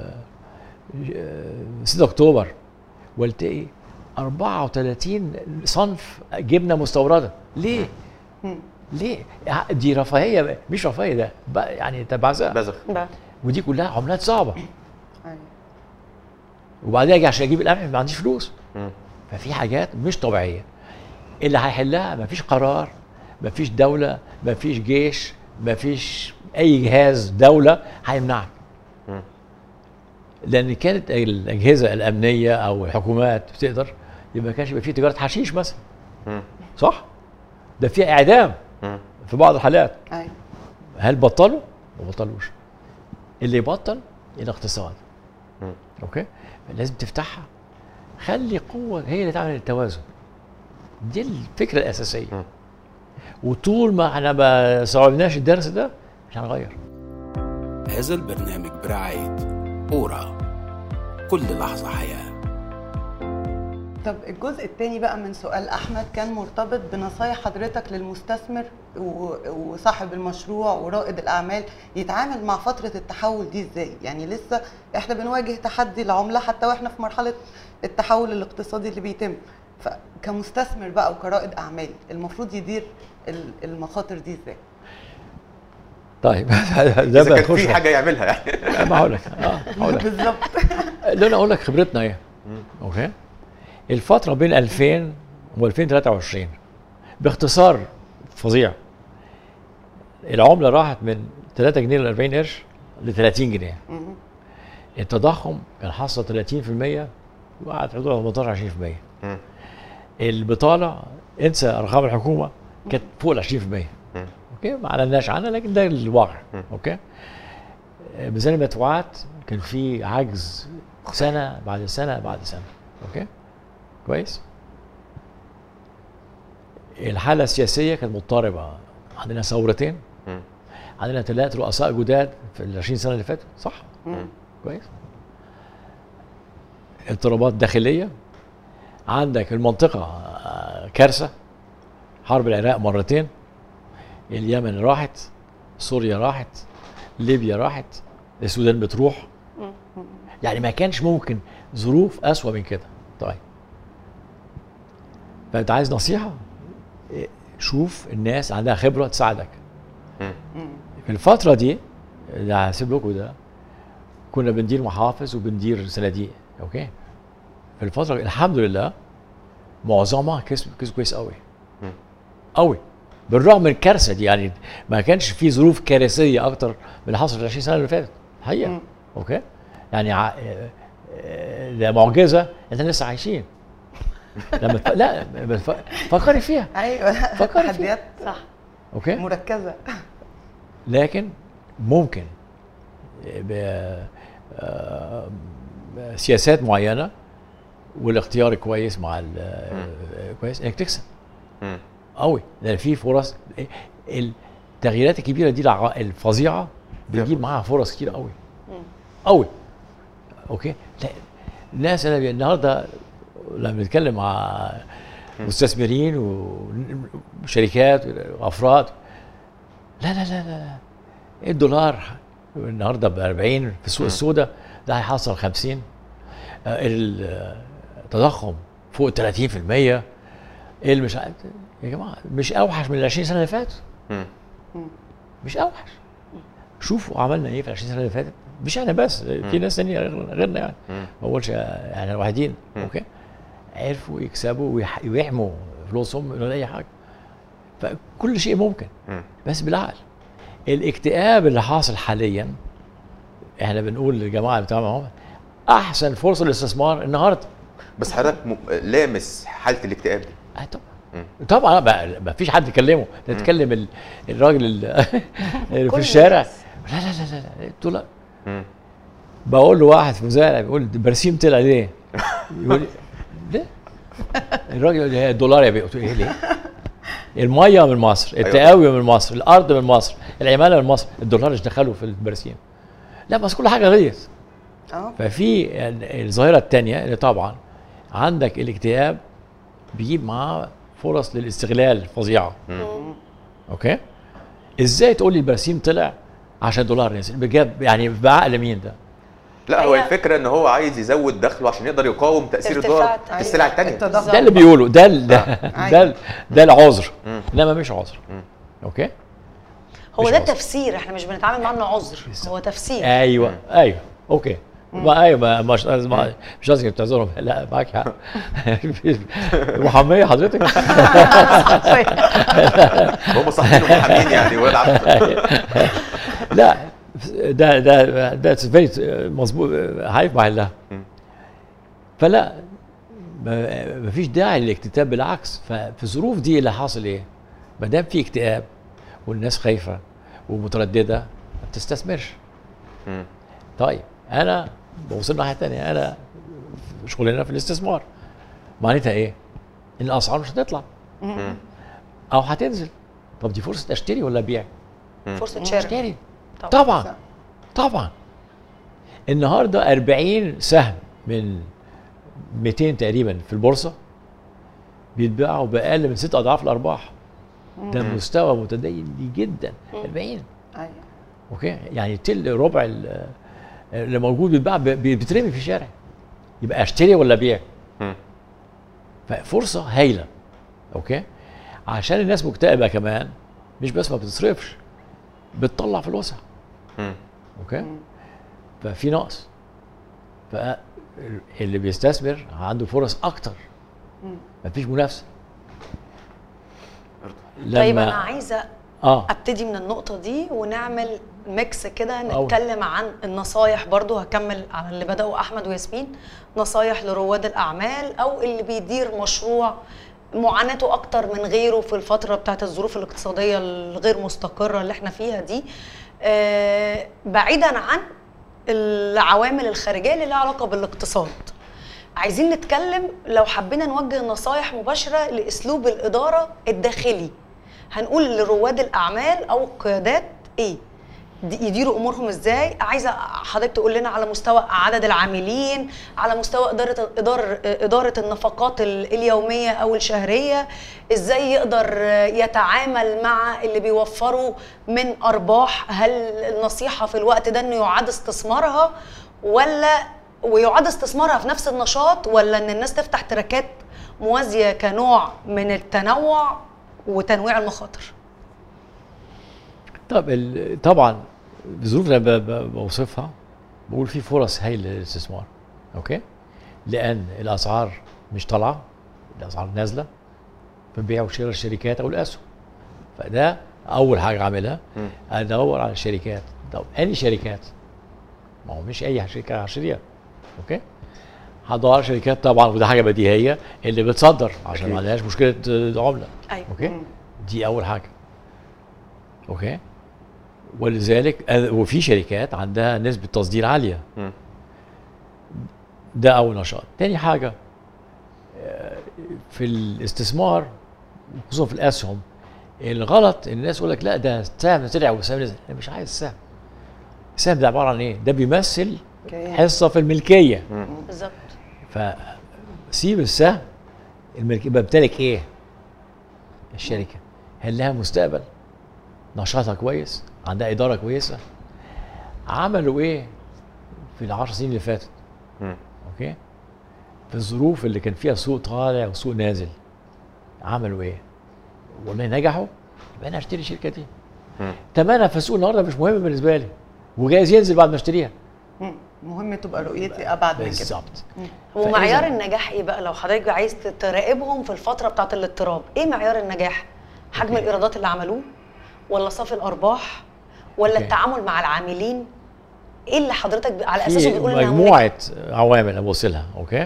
6 اكتوبر والتقي 34 صنف جبنه مستورده؟ ليه؟ ليه؟ دي رفاهيه، مش رفاهيه، ده بقى يعني بذخ. ودي كلها عملات صعبه. ايوه وبعدين اجي عشان اجيب القمح ما عنديش فلوس. ففي حاجات مش طبيعيه. اللي هيحلها مفيش قرار، مفيش دوله، مفيش جيش، مفيش اي جهاز دوله هيمنعك. لان كانت الاجهزه الامنيه او الحكومات بتقدر، يبقى ما كانش يبقى في تجاره حشيش مثلا. صح؟ ده في اعدام في بعض الحالات. ايوه هل بطلوا؟ ما بطلوش. اللي يبطل الاقتصاد. اوكي؟ لازم تفتحها. خلي قوه هي اللي تعمل التوازن. دي الفكره الاساسيه. وطول ما احنا ما صعبناش الدرس ده مش هنغير. هذا البرنامج برعاية أورا، كل لحظة حياة. طب الجزء الثاني بقى من سؤال احمد كان مرتبط بنصايح حضرتك للمستثمر وصاحب المشروع ورائد الاعمال يتعامل مع فتره التحول دي ازاي؟ يعني لسه احنا بنواجه تحدي العمله حتى واحنا في مرحله التحول الاقتصادي اللي بيتم. فكمستثمر بقى وكرائد اعمال المفروض يدير المخاطر دي ازاي؟ طيب ده بقى في حاجه يعملها يعني. ما هقول لك بالظبط. اللي انا اقول لك خبرتنا ايه. اوكي؟ الفتره بين 2000 و2023 باختصار فظيع، العمله راحت من 3 جنيه ل 40 قرش ل 30 جنيه. التضخم كان حصل 30% وقعد في حدود 18-20%. البطاله انسى ارقام الحكومه كانت فوق ال 20%. اوكي؟ ما اعلناش عنها لكن ده الواقع. اوكي؟ ميزان المدفوعات كان في عجز سنه بعد سنه بعد سنه. اوكي؟ كويس؟ الحاله السياسيه كانت مضطربه، عندنا ثورتين، عندنا 3 رؤساء جداد في ال 20 سنه اللي فاتوا، صح؟ كويس؟ اضطرابات داخليه، عندك المنطقه كارثه، حرب العراق مرتين، اليمن راحت، سوريا راحت، ليبيا راحت، السودان بتروح. يعني ما كانش ممكن ظروف اسوأ من كده. طيب فانت عايز نصيحه؟ شوف الناس عندها خبره تساعدك. في الفتره دي اللي هسيب لكم ده كنا بندير محافظ وبندير صناديق. اوكي؟ في الفتره الحمد لله معظمها كسب كويس قوي قوي، بالرغم من الكارثه دي. يعني ما كانش في ظروف كارثيه اكتر من اللي حصل في 20 سنه اللي فاتت حقيقه. اوكي؟ يعني ده معجزه ان لسه عايشين. لما لا فكري فيها. ايوه فكري فيها. صح. اوكي؟ مركزه. لكن ممكن سياسات معينه والاختيار كويس مع كويس انك تكسب قوي، لان في فرص. التغييرات الكبيره دي الفظيعه بتجيب معاها فرص كتير قوي قوي. اوكي؟ لا الناس انا النهارده لما بنتكلم مع مستثمرين وشركات وافراد لا لا لا لا، الدولار النهارده ب 40 في السوق السوداء، ده هيحصل 50. التضخم فوق 30%. مش عارف يا جماعه، مش اوحش من ال 20 سنه اللي فاتوا. مش اوحش. شوفوا عملنا ايه في ال 20 سنه اللي فاتت، مش احنا بس، في ناس ثانيه غيرنا يعني، ما بقولش احنا الوحيدين. اوكي، عرفوا يكسبوا ويحموا فلوسهم من اي حاجه. فكل شيء ممكن بس بالعقل. الاكتئاب اللي حاصل حاليا، احنا بنقول للجماعه بتاعهم احسن فرصه للاستثمار النهارده. بس حضرتك لامس حاله الاكتئاب دي؟ طبعا ما فيش حد يكلمه، ده يتكلم الراجل اللي في الشارع. لا لا لا لا الدولار. بقول له واحد في مزارع بيقول البرسيم طلع ليه؟ يقول ليه؟ الراجل يقول لي الدولار يا بيه. قلت له ايه ليه؟ الميه من مصر، التقاوي من مصر، الارض من مصر، العماله من مصر، الدولار مش دخله في البرسيم. لا بس كل حاجه غليت. ففي الظاهره الثانيه اللي طبعا عندك الاكتئاب بيجيب معاه فرص للاستغلال فظيعه. اوكي؟ ازاي تقول لي البرسيم طلع عشان الدولار نزل؟ بجد يعني بعقل مين ده؟ لا هو الفكره ان هو عايز يزود دخله عشان يقدر يقاوم تاثير الدولار في السلع الثانيه. ده اللي بيقوله، ده العذر، انما مش عذر. اوكي؟ هو ده تفسير، احنا مش بنتعامل معاه انه عذر، هو تفسير. ايوه اوكي. مش لازم تعذرهم. لا معاك حق. محاميه حضرتك. هم صاحبين محامين يعني ولد. لا ده فيري مظبوط، عارف محلها. فلا ما فيش داعي للاكتئاب، بالعكس. ففي الظروف دي اللي حاصل ايه؟ ما دام في اكتئاب والناس خايفه ومتردده ما بتستثمرش. طيب انا بوصل ناحيه ثانيه، انا شغلنا في الاستثمار، معناتها ايه؟ ان الاسعار مش هتطلع او هتنزل. طب دي فرصه اشتري ولا ابيع؟ فرصه شراء. اشتري طبعا. النهارده 40 سهم من 200 تقريبا في البورصه بيتباعوا باقل من 6 اضعاف الارباح. ده مستوى متدين جدا. 40. اوكي، يعني ربع اللي موجود بيتباع بيترمي في الشارع. يبقى اشتري ولا ابيع؟ ففرصه هايله. اوكي، عشان الناس مكتئبه كمان، مش بس ما بتصرفش، بتطلع فلوسها. اوكي، ففي نقص، فاللي بيستثمر عنده فرص اكتر، مفيش منافسه. طيب انا عايزه ابتدي من النقطه دي ونعمل ميكس كده، نتكلم عن النصايح. برضو هكمل على اللي بدأوا احمد وياسمين، نصايح لرواد الاعمال او اللي بيدير مشروع معاناته اكتر من غيره في الفتره بتاعت الظروف الاقتصاديه الغير مستقره اللي احنا فيها دي، بعيدا عن العوامل الخارجيه اللي لها علاقه بالاقتصاد. عايزين نتكلم لو حبينا نوجه نصايح مباشره لاسلوب الاداره الداخلي، هنقول لرواد الاعمال او القيادات ايه يديروا امورهم ازاي. عايزه حضرتك تقول لنا على مستوى عدد العاملين، على مستوى اداره النفقات اليوميه او الشهريه، ازاي يقدر يتعامل مع اللي بيوفروا من ارباح. هل النصيحه في الوقت ده انه يعاد استثمارها ويعاد استثمارها في نفس النشاط، ولا ان الناس تفتح تراكات موازيه كنوع من التنوع وتنويع المخاطر؟ طبعا الظروف اللي بوصفها بقول في فرص هايله للاستثمار. اوكي، لان الاسعار مش طالعه، الاسعار نازله في بيع وشراء الشركات او الاسهم. فده اول حاجه اعملها، ادور على الشركات. طب انهي شركات؟ ما هو مش اي شركه هشتريها. اوكي، هدور على شركات طبعا، وده حاجه بديهيه، اللي بتصدر عشان ما عندهاش مشكله عمله. أيوة. اوكي، دي اول حاجه. اوكي، ولذلك وفي شركات عندها نسبه تصدير عاليه. ده اول نشاط. تاني حاجه في الاستثمار خصوصا في الاسهم، الغلط الناس يقول لك لا ده السهم طلع والسهم نزل. انا مش عايز السهم. السهم ده عباره عن ايه؟ ده بيمثل حصه في الملكيه. بالظبط. فسيب السهم، الملكيه بمتلك ايه؟ الشركه. هل لها مستقبل؟ نشاطها كويس، عندها اداره كويسه. عملوا ايه في ال10 سنين اللي فاتت؟ اوكي، في الظروف اللي كان فيها سوق طالع وسوق نازل عملوا ايه؟ والله نجحوا. يبقى انا اشتري الشركه دي. تمنها في السوق النهارده مش مهم بالنسبه لي، وجايز ينزل بعد ما اشتريها. مهم تبقى رؤيتي ابعد من كده. بالظبط. ومعيار النجاح ايه بقى لو حضرتك عايز تراقبهم في الفتره بتاعه الاضطراب؟ ايه معيار النجاح؟ حجم الايرادات اللي عملوه، ولا صافي الارباح، ولا التعامل مع العاملين؟ ايه اللي حضرتك على اساسه بتقول انها مجموعه عوامل ابص لها. اوكي،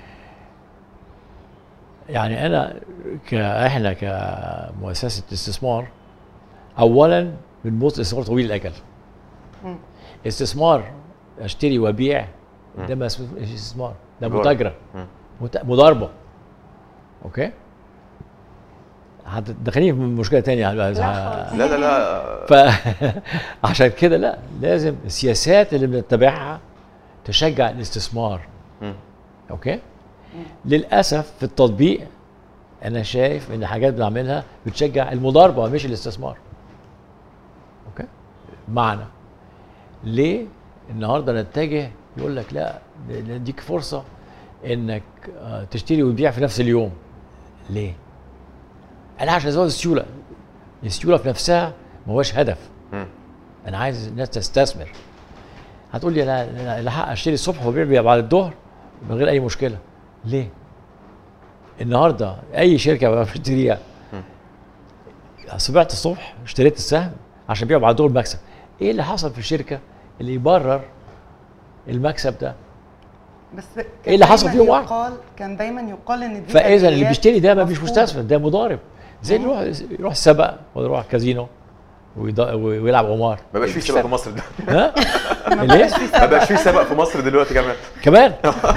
يعني احنا كمؤسسه استثمار اولا بنبص استثمار طويل الاجل. استثمار اشتري وابيع ده ما اسمه استثمار، ده متاجره، مضاربه. اوكي، هتدخليني في مشكله ثانيه. لا فعشان كده لا، لازم السياسات اللي بنتبعها تشجع الاستثمار. اوكي، للاسف في التطبيق انا شايف ان حاجات بنعملها بتشجع المضاربه مش الاستثمار. اوكي، معنى ليه النهارده نتجه يقول لك لا نديك فرصه انك تشتري وتبيع في نفس اليوم؟ ليه؟ انا عشان ازود السيوله. السيوله في نفسها ما هوش هدف. انا عايز الناس تستثمر. هتقول لي انا الحق اشتري الصبح وابيع بعد الظهر من غير اي مشكله. ليه؟ النهارده اي شركه بشتريها صبحت الصبح اشتريت السهم عشان ابيعه بعد الظهر مكسب. ايه اللي حصل في الشركه اللي يبرر المكسب ده؟ بس ايه اللي حصل فيهم واحد؟ كان دايما يقال ان دي فاذا اللي بيشتري ده ما فيش مستثمر، ده مضارب. زي اللي يروح السبق ولا يروح كازينو ويلعب قمار. ما بقاش في سبق في مصر ده. ها؟ ليه؟ ما بقاش في سبق في مصر دلوقتي كمان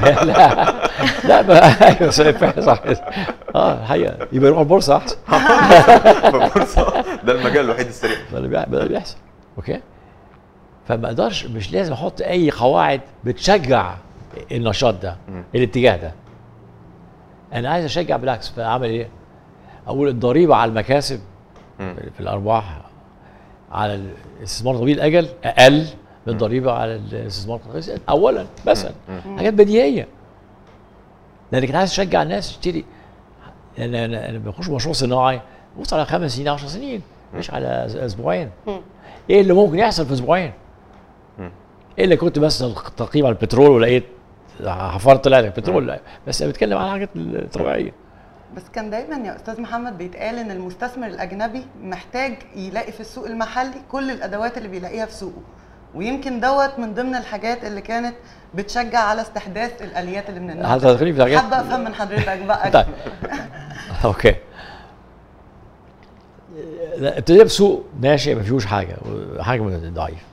لا ايوه صح. الحقيقه يبقى يروح البورصه احسن. البورصه ده المجال الوحيد السريع ده بيحصل. اوكي، فما اقدرش، مش لازم احط اي قواعد بتشجع النشاط ده، الاتجاه ده. انا عايز اشجع بالعكس. فاعمل ايه؟ اقول الضريبه على المكاسب في الارباح على الاستثمار طويل الاجل اقل من الضريبه على الاستثمار اولا مثلا. حاجات بديهيه، لانك عايز تشجع الناس تشتري. انا بخش مشروع صناعي بص على 5 سنين 10 سنين مش على اسبوعين. ايه اللي ممكن يحصل في اسبوعين؟ ايه اللي كنت بس تقييم على البترول ولقيت حفرت طلع لك بترول؟ بس انا بتكلم على حاجات طبيعيه. بس كان دايما يا استاذ محمد بيتقال ان المستثمر الاجنبي محتاج يلاقي في السوق المحلي كل الادوات اللي بيلاقيها في سوقه، ويمكن دوت من ضمن الحاجات اللي كانت بتشجع على استحداث الاليات اللي من النوع ده. حابه افهم من حضرتك بقى. طيب اوكي، ابتدينا بسوق ناشئ ما فيهوش حاجه ضعيف.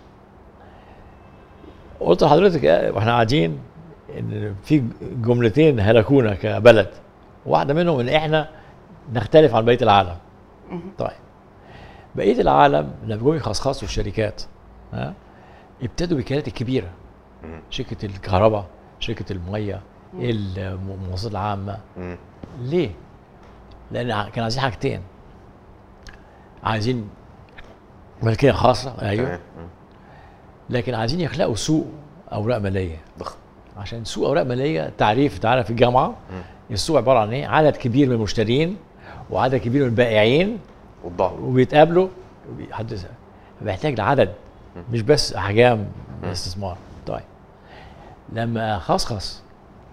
قلت لحضرتك واحنا قاعدين ان في جملتين هلكونا كبلد، واحده منهم ان احنا نختلف عن بقيه العالم. طيب بقيه العالم لما جم يخصخصوا الشركات ابتدوا بالكيانات الكبيره، شركه الكهرباء، شركه الميه، المواصلات العامه. ليه؟ لان كانوا عايزين حاجتين، عايزين ملكيه خاصه ايوه، لكن عايزين يخلقوا سوق اوراق ماليه ضخم. عشان سوق اوراق ماليه تعريف تعالى في الجامعه السوق عباره عن ايه؟ عدد كبير من المشترين وعدد كبير من البائعين وبيتقابلوا محتاج لعدد مش بس احجام الاستثمار. طيب لما خصخص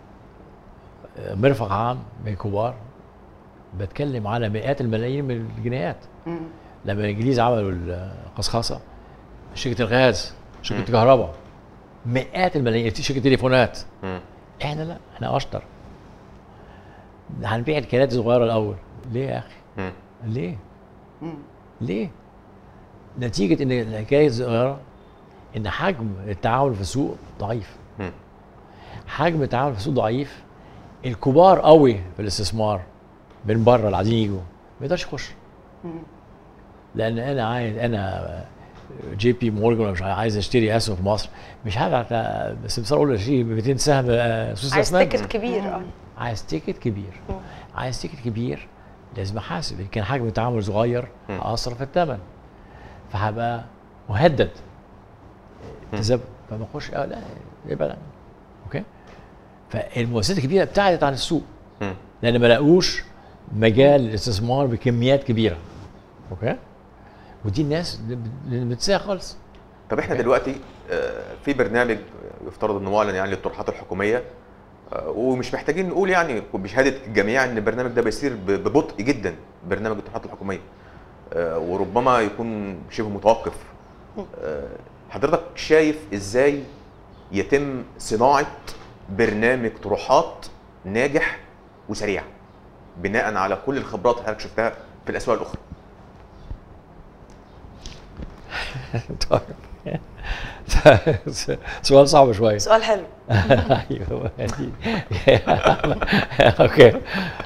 مرفق عام من الكبار بتكلم على مئات الملايين من الجنيهات. لما الانجليز عملوا الخصخصه شركه الغاز، شركه الكهرباء، مئات الملايين، شركه تليفونات. احنا لا، احنا اشطر، هنبيع الكيانات الصغيره الاول. ليه يا اخي؟ ليه؟ نتيجه ان الحكايه الصغيره ان حجم التعامل في السوق ضعيف. حجم التعامل في السوق ضعيف، الكبار قوي في الاستثمار من بره اللي عايزين يجوا ما يقدرش يخش. لان انا عايز، انا جي بي مورجان مش عايز اشتري اسهم في مصر، مش هبعت بس بصراحه اقول اشتري 200 سهم سويس اسمنت. عايز تيكت كبير. عايز تيكت كبير لازم احاسب. كان حجم التعامل صغير اصرف الثمن. فهبقى مهدد تذبذب، فما اخش لا يبقى اوكي. فالمؤسسات الكبيره ابتعدت عن السوق لان ما لاقوش مجال الاستثمار بكميات كبيره. اوكي، ودي الناس بتساعد خالص. طب احنا دلوقتي في برنامج يفترض انه معلن يعني للطروحات الحكوميه، ومش محتاجين نقول يعني بشهاده الجميع ان البرنامج ده بيسير ببطء جدا، برنامج الطروحات الحكوميه، وربما يكون شبه متوقف. حضرتك شايف ازاي يتم صناعه برنامج طروحات ناجح وسريع بناء على كل الخبرات اللي حضرتك شفتها في الاسواق الاخرى؟ سؤال صعب شويه. سؤال حلو. ايوه اوكي.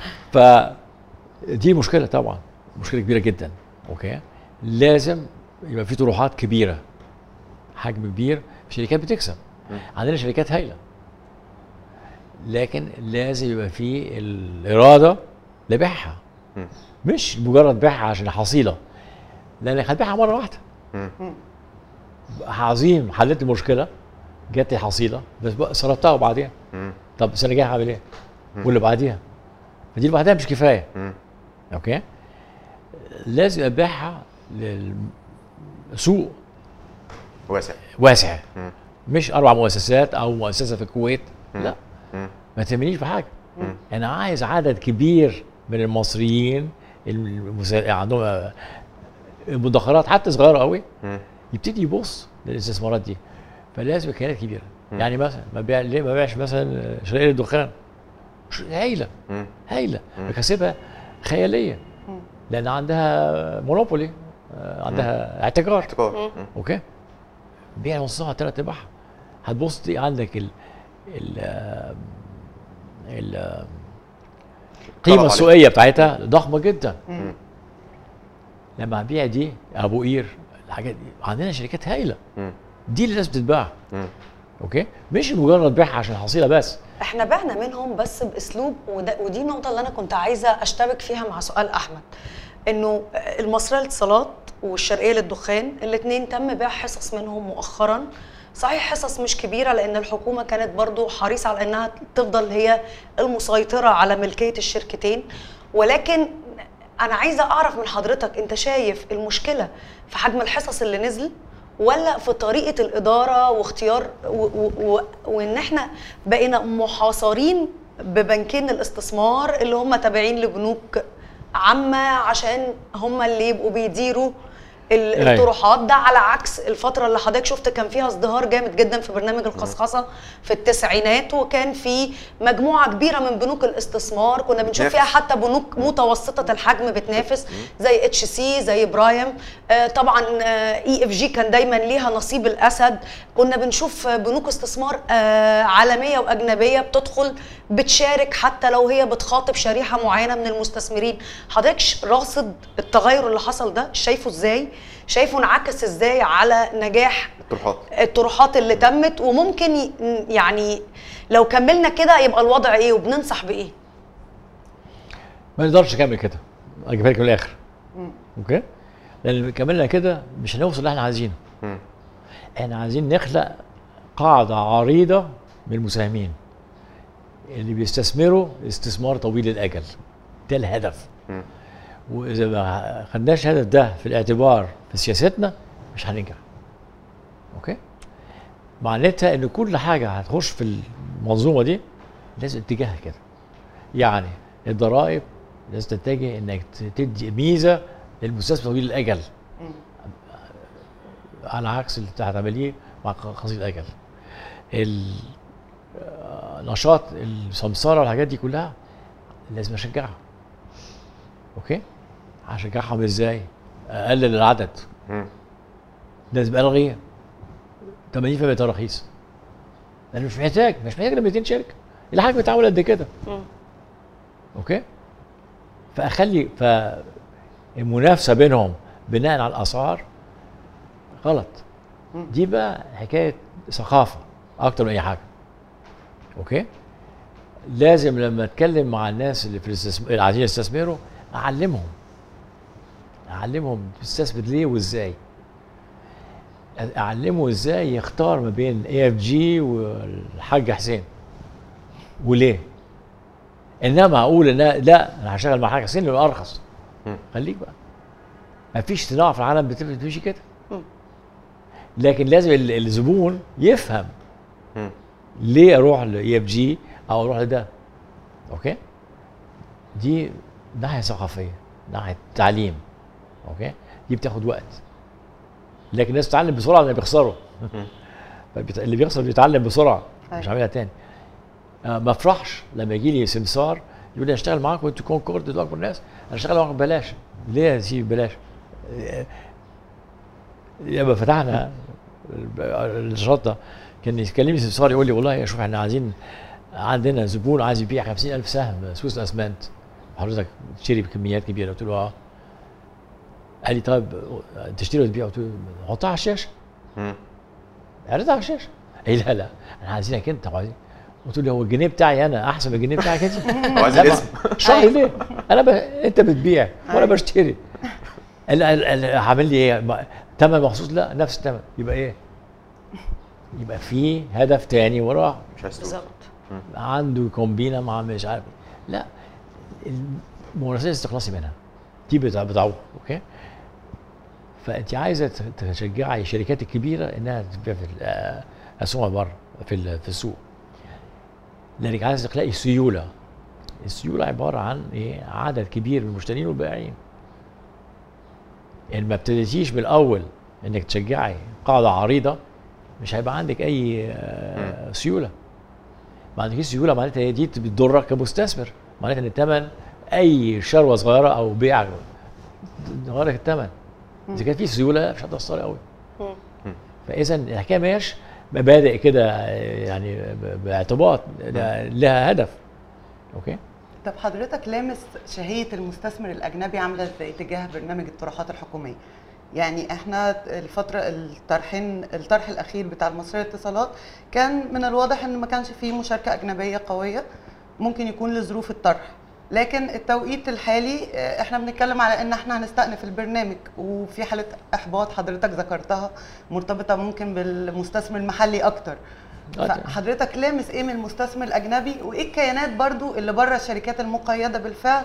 فدي مشكله طبعا، مشكله كبيره جدا. اوكي، لازم يبقى في طروحات كبيره، حجم كبير، شركات بتكسب. عندنا شركات هايله، لكن لازم يبقى في الاراده لبيعها، مش مجرد بيعها عشان حصيله، لانك هتبيعها مره واحده. عظيم، حلت المشكله، جت الحصيله بس صرفتها وبعدين طب السنه الجايه هعمل ايه؟ واللي بعديها، فدي اللي بعدها مش كفايه. اوكي، لازم ابيعها للسوق واسع. مش 4 مؤسسات او مؤسسه في الكويت، لا، ما تهمنيش بحاجه. انا عايز عدد كبير من المصريين عندهم مدخرات حتى صغيره قوي يبتدي يبص للاستثمارات دي. فلازم امكانيات كبيره. يعني مثلا ما بيعش مثلا شركه الدخان هايله هايله، مكاسبها خياليه لان عندها مونوبولي، عندها احتكار. اوكي، بيع نصها 3/4. هتبص عندك القيمه السوقيه بتاعتها ضخمه جدا. لما هبيع دي ابو قير الحاجات دي، عندنا شركات هايله دي اللي لازم تتباع. اوكي، مش مجرد بيعها عشان حصيله بس. احنا بعنا منهم بس باسلوب، ودي النقطه اللي انا كنت عايزه اشتبك فيها مع سؤال احمد، انه المصريه للاتصالات والشرقيه للدخان الاثنين تم بيع حصص منهم مؤخرا. صحيح حصص مش كبيره لان الحكومه كانت برضو حريصه على انها تفضل هي المسيطره على ملكيه الشركتين، ولكن انا عايزه اعرف من حضرتك، انت شايف المشكله في حجم الحصص اللي نزل ولا في طريقه الاداره واختيار وان احنا بقينا محاصرين ببنكين الاستثمار اللي هم تابعين لبنوك عامه عشان هم اللي يبقوا بيديروا الطروحات؟ ده على عكس الفتره اللي حضرتك شفت كان فيها ازدهار جامد جدا في برنامج القصقصه في التسعينات، وكان في مجموعه كبيره من بنوك الاستثمار كنا بنشوف فيها حتى بنوك متوسطه الحجم بتنافس زي HC زي برايم. طبعا EFG كان دايما ليها نصيب الاسد. كنا بنشوف بنوك استثمار عالميه واجنبيه بتدخل بتشارك حتى لو هي بتخاطب شريحه معينه من المستثمرين. حضرتك راصد التغير اللي حصل ده، شايفه ازاي؟ شايفه انعكس ازاي على نجاح الطروحات اللي تمت؟ وممكن يعني لو كملنا كده يبقى الوضع ايه وبننصح بايه؟ ما نقدرش نكمل كده، اجيبها لك من الاخر. اوكي، لان كملنا كده مش هنوصل اللي احنا عايزينه. احنا عايزين نخلق قاعده عريضه من المساهمين اللي بيستثمروا استثمار طويل الاجل. ده الهدف. واذا ما خدناش الهدف ده في الاعتبار في سياستنا مش هننجح. اوكي، معناتها ان كل حاجه هتخش في المنظومه دي لازم اتجاهها كده. يعني الضرائب لازم تتجه انك تدي ميزه للمستثمر طويل الاجل على عكس اللي هتعمليه مع قصير الاجل. النشاط السمساره والحاجات دي كلها لازم اشجعها. اوكي، هشجعهم ازاي؟ اقلل العدد. لازم الغي 80% تراخيص لان مش محتاج ل 200 شركه، الحجم بتاعه قد كده. اوكي، فاخلي المنافسه بينهم بناء على الاسعار غلط. دي بقى حكايه ثقافه اكتر من اي حاجه. اوكي، لازم لما اتكلم مع الناس اللي اللي عايزين يستثمروا اعلمهم تستثمر ليه وازاي. اعلمه ازاي يختار ما بين AFG والحاج حسين وليه. انما اقول ان لا انا هشتغل مع الحاج حسين لانه ارخص، خليك بقى. ما فيش صناعه في العالم بتمشي كده. لكن لازم الزبون يفهم ليه اروح لAFG او اروح لده. اوكي، دي ناحيه ثقافيه، ناحيه تعليم. اوكي، دي بتاخد وقت، لكن الناس بتتعلم بسرعه لما بيخسروا. اللي بيخسر بيتعلم بسرعه، مش هعملها تاني. ما افرحش لما يجي لي سمسار يقول لي اشتغل معاكم وانتوا كونكورد دول اكبر ناس، انا اشتغل معاكم ببلاش. ليه يا سيدي ببلاش؟ لما فتحنا النشاط ده كان يكلمني سمسار يقول لي والله يا شوف احنا عايزين، عندنا زبون عايز يبيع 50,000 سهم سويس اسمنت، حضرتك تشتري بكميات كبيره. قلت له اه. قال لي طيب تشتري وتبيع؟ قلت له حطها على الشاشه. عرضها على الشاشه. قال لي لا احنا عايزينك انت. قلت له هو الجنيه بتاعي انا احسن من الجنيه بتاعك انت؟ هو عايز الاسم. شهر ليه؟ انت بتبيع وانا بشتري. عامل لي ايه؟ ثمن مخصوص؟ لا نفس الثمن. يبقى ايه؟ يبقى في هدف تاني وراه. مش عايز بالظبط. عنده كومبينه مع مش عارف. لا، الممارسات استخلصي منها، دي بتعوق. اوكي، فانت عايزه تشجعي الشركات الكبيره انها تبيع في اسهمها بره في السوق، لانك عايزه تلاقي سيوله. السيوله عباره عن ايه؟ عدد كبير من المشترين والبائعين. يعني ما ابتديتيش من الاول انك تشجعي قاعده عريضه، مش هيبقى عندك اي سيوله. ما عندكيش سيوله، معناتها هي دي بتضرك كمستثمر، معناتها ان الثمن اي شروه صغيره او بيع تغير لك الثمن. اذا كان في سيوله مش هتاثر قوي. فاذا الحكايه ماهيش مبادئ كده يعني باعتباط، لها هدف. اوكي. طب حضرتك لامس شهيه المستثمر الاجنبي عامله ازاي تجاه برنامج الطروحات الحكوميه؟ يعني احنا الفتره الطرح الاخير بتاع المصريه للاتصالات كان من الواضح ان ما كانش فيه مشاركه اجنبيه قويه، ممكن يكون لظروف الطرح. لكن التوقيت الحالي احنا بنتكلم على ان احنا هنستأنف البرنامج، وفي حاله احباط حضرتك ذكرتها مرتبطه ممكن بالمستثمر المحلي اكتر. فحضرتك لامس ايه من المستثمر الاجنبي، وايه الكيانات برضو اللي بره الشركات المقيده بالفعل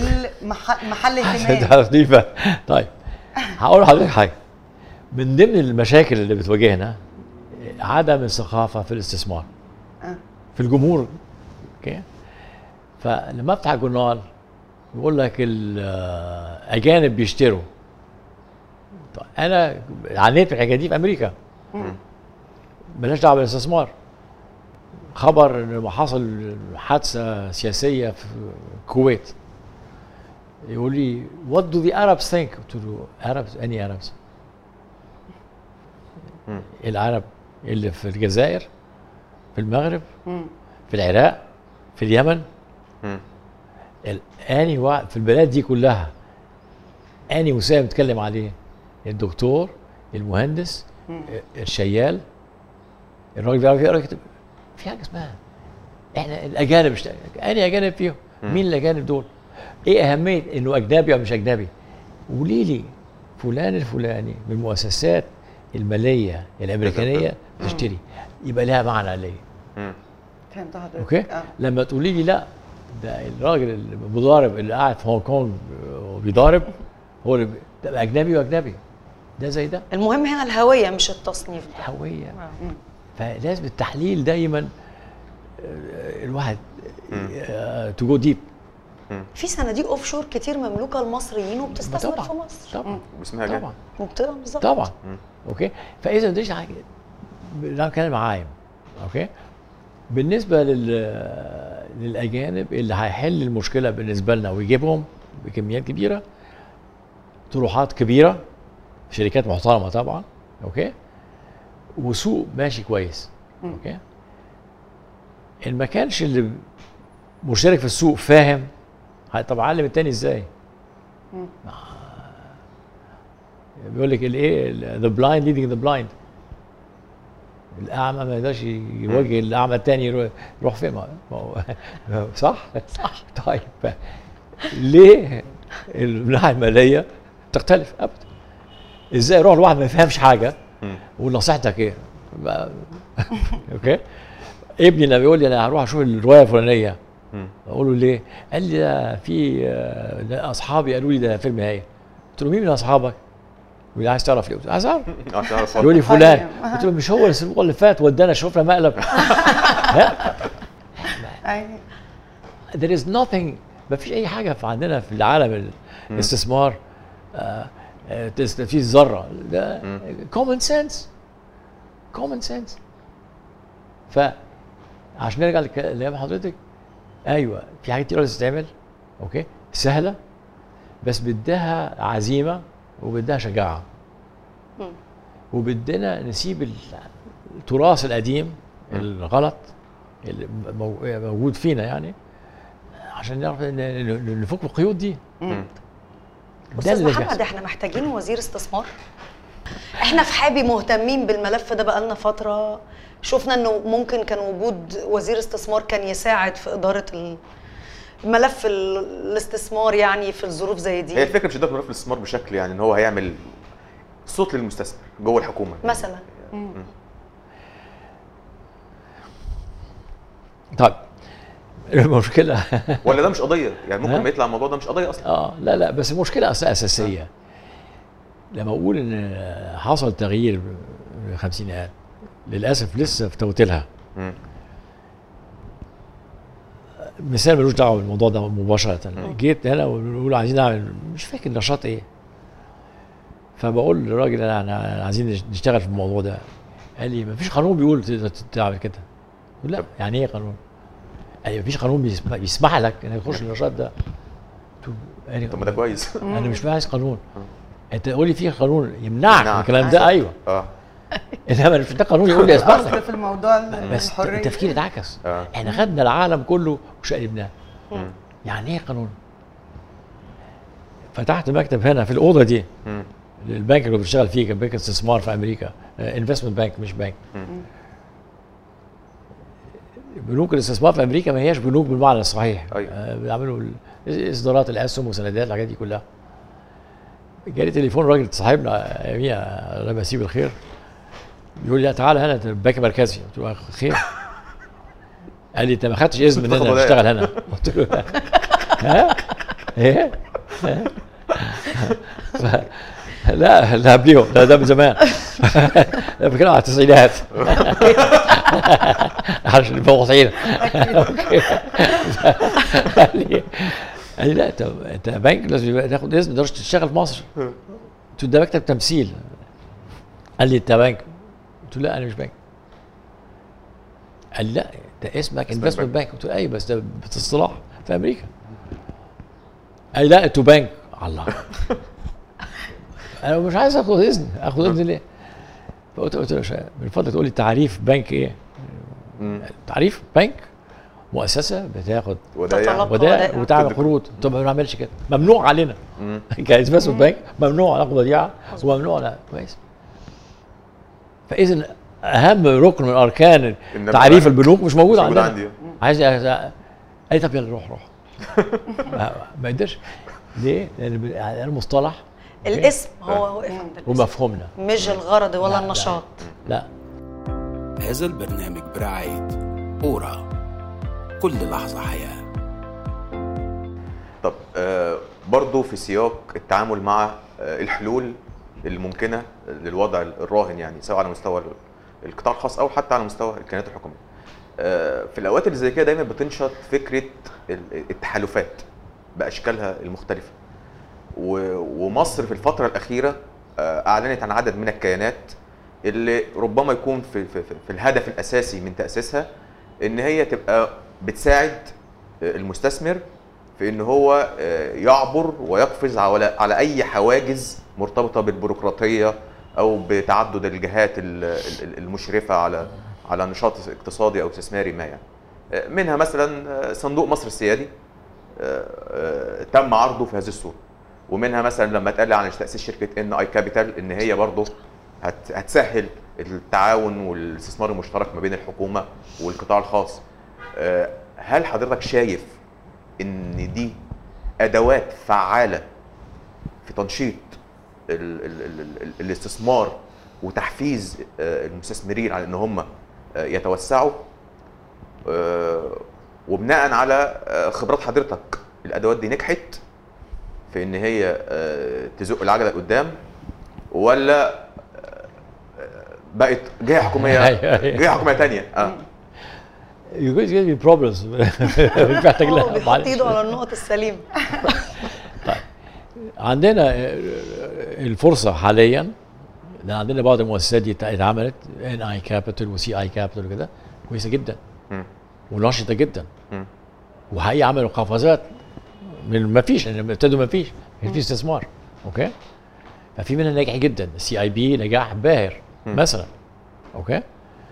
محل اهتمام؟ طيب هقول لحضرتك حاجه. من ضمن المشاكل اللي بتواجهنا عدم الثقافه في الاستثمار في الجمهور. اوكي، فلما افتح الجورنال يقول لك الاجانب بيشتروا. طيب انا عانيت في الحكايه دي في امريكا، مالهاش دعوه بالاستثمار. خبر ان حصل حادثه سياسيه في الكويت، يقول لي what do the Arabs think؟ قلت له Arabs؟ اني Arabs؟ العرب اللي في الجزائر، في المغرب، في العراق، في اليمن، اني في البلاد دي كلها اني وسام بتكلم عليه؟ الدكتور، المهندس، الشيال، الراجل بيعرف يقرا يكتب. في حاجه اسمها احنا الاجانب اني اجانب فيهم؟ مين الاجانب دول؟ ايه اهميه انه اجنبي او مش اجنبي؟ قولي لي فلان الفلاني من المؤسسات الماليه الامريكانيه تشتري، يبقى لها معنى ليا. فهمت حضرتك. اوكي. لما تقولي لي لا ده الراجل المضارب اللي قاعد في هونج كونج وبيضارب هو اللي ده اجنبي واجنبي، ده زي ده. المهم هنا الهويه مش التصنيف ده. الهويه. فلازم التحليل دايما الواحد تو جو ديب. في صناديق اوف شور كتير مملوكه للمصريين وبتستثمر في مصر. طبعا باسمها جاي. طبعا وبتبقى بالظبط. طبعا. اوكي. فاذا دي حاجه انا كلام عايم. اوكي. بالنسبه للاجانب اللي هيحل المشكله بالنسبه لنا ويجيبهم بكميات كبيره، طروحات كبيره، شركات محترمه طبعا. اوكي. وسوق ماشي كويس. اوكي. ان ما كانش اللي مشترك في السوق فاهم، طب علم التاني ازاي؟ بيقول لك الايه ذا بلايند ليدنج ذا بلايند. الاعمى ما يقدرش يوجه الاعمى الثاني يروح فين. صح؟ صح. طيب ليه الناحيه الماليه تختلف؟ ابدا. ازاي يروح لواحد ما يفهمش حاجه ونصيحتك ايه؟ اوكي. ابني لما بيقول لي انا هروح اشوف الروايه الفلانيه، اقول له ليه؟ قال لي ده في اصحابي قالوا لي ده فيلم هايل. قلت له مين من اصحابك؟ يقول لي عايز تعرف ليه؟ قلت له عايز اعرف. يقول لي فلان. قلت له مش هو الاسبوع اللي فات ودانا شفنا مقلب؟ there is nothing، ما فيش اي حاجه عندنا في العالم الاستثمار في ذره، ده common sense. فعشان نرجع لكلام حضرتك، ايوه في حاجات كتير لازم تتعمل، اوكي، سهله، بس بدها عزيمه وبدها شجاعه، وبدنا نسيب التراث القديم الغلط اللي موجود فينا يعني، عشان نعرف نفك القيود دي. استاذ محمد، احنا محتاجين وزير استثمار. احنا في حابي مهتمين بالملف ده بقالنا فتره، شفنا انه ممكن كان وجود وزير استثمار كان يساعد في اداره ملف الاستثمار يعني في الظروف زي دي. هي الفكره مش اداره ملف الاستثمار بشكل يعني ان هو هيعمل صوت للمستثمر جوه الحكومه مثلا. طيب المشكله ولا ده مش قضيه يعني، ممكن ما يطلع الموضوع ده مش قضيه اصلا. لا بس المشكله اساسيه. لما اقول ان حصل تغيير في الخمسينات، للاسف لسه في توتيلها. مثال ملوش دعوه بالموضوع ده مباشره. جيت هنا ونقول عايزين نعمل مش فاكر نشاط ايه، فبقول للراجل انا عايزين نشتغل في الموضوع ده. قال لي مفيش قانون بيقول تعمل كده. لا يعني ايه قانون؟ قال لي مفيش قانون بيسمح لك انك تخش النشاط ده. طب ما ده كويس. انا مش عايز قانون، انت قول لي في قانون يمنعك من الكلام ده. ايوه انما مش ده قانون يقول لي اسمح لك في الموضوع. بس التفكير اتعكس. احنا خدنا العالم كله وشقلبناه. يعني ايه قانون؟ فتحت مكتب هنا في الاوضه دي البنك اللي بشتغل فيه كان بنك استثمار في امريكا، انفستمنت بانك مش بنك. بنوك الاستثمار في امريكا ما هياش بنوك بالمعنى الصحيح. بيعملوا اصدارات الاسهم وسندات الحاجات دي كلها. جالي تليفون راجل صاحبنا اياميها الله يمسيه بالخير، بيقول لي تعالى هنا بنك مركزي. قلت له خير؟ قال لي انت ما خدتش اذن مننا تشتغل هنا. قلت له ها؟ ايه؟ لا قبليهم، ده من زمان. بتكلم على التسعينات عشان نبقى واضحين. قال لي لا انت بنك لازم تاخد اذن، ما تقدرش تشتغل في مصر. قلت له ده مكتب تمثيل. قال لي انت بنك؟ قلت له لا انا مش بنك. قال لي لا انت اسمك انفستمنت بانك. قلت له ايوه بس ده باصطلاح في امريكا. قال لي لا انتوا بنك. الله انا مش عايز اخد اذن ليه؟ فقلت له من فضلك تقول لي تعريف بنك ايه؟ تعريف بنك مؤسسه بتاخد ودائع وتعمل قروض. طب ما بنعملش كده، ممنوع علينا كانفستمنت بنك، ممنوع ناخد وديعه وممنوع. لا كويس. فاذا اهم ركن من اركان تعريف البنوك مش موجود عندنا. عايز قال لي طب يلا روح ما قدرش. ليه؟ لان المصطلح الاسم هو واقف عند الاسم ومفهومنا مش الغرض ولا النشاط. لا. هذا البرنامج برعاية أورا، كل لحظة حياة. طب برضو في سياق التعامل مع الحلول الممكنة للوضع الراهن يعني، سواء على مستوى القطاع الخاص أو حتى على مستوى الكيانات الحكومية. في الأوقات اللي زي كده دايما بتنشط فكرة التحالفات بأشكالها المختلفة. ومصر في الفترة الأخيرة أعلنت عن عدد من الكيانات اللي ربما يكون في الهدف الأساسي من تأسيسها إن هي تبقى بتساعد المستثمر في إن هو يعبر ويقفز على أي حواجز مرتبطة بالبيروقراطية أو بتعدد الجهات المشرفة على نشاط اقتصادي أو استثماري ما يعني. منها مثلا صندوق مصر السيادي تم عرضه في هذه الصورة، ومنها مثلا لما اتقال عن تأسيس شركة ان اي كابيتال ان هي برضه هتسهل التعاون والاستثمار المشترك ما بين الحكومة والقطاع الخاص. هل حضرتك شايف ان دي ادوات فعالة في تنشيط الاستثمار وتحفيز المستثمرين على ان هم يتوسعوا، وبناء على خبرات حضرتك الادوات دي نجحت في ان هي تزق العجله لقدام، ولا بقت جهه حكوميه ثانيه؟ You guys give me problems. محتاج لها. بيحط ايده على النقط السليمه. طيب عندنا الفرصه حاليا، لان عندنا بعض المؤسسات دي اتعملت NI Capital وCI Capital وكده كويسه جدا ونشطه جدا، وحقيقه عملوا قفزات من ما فيش، يعني ابتدوا ما فيش استثمار. اوكي، ففي منها ناجح جدا. CIB نجاح باهر مثلا. اوكي،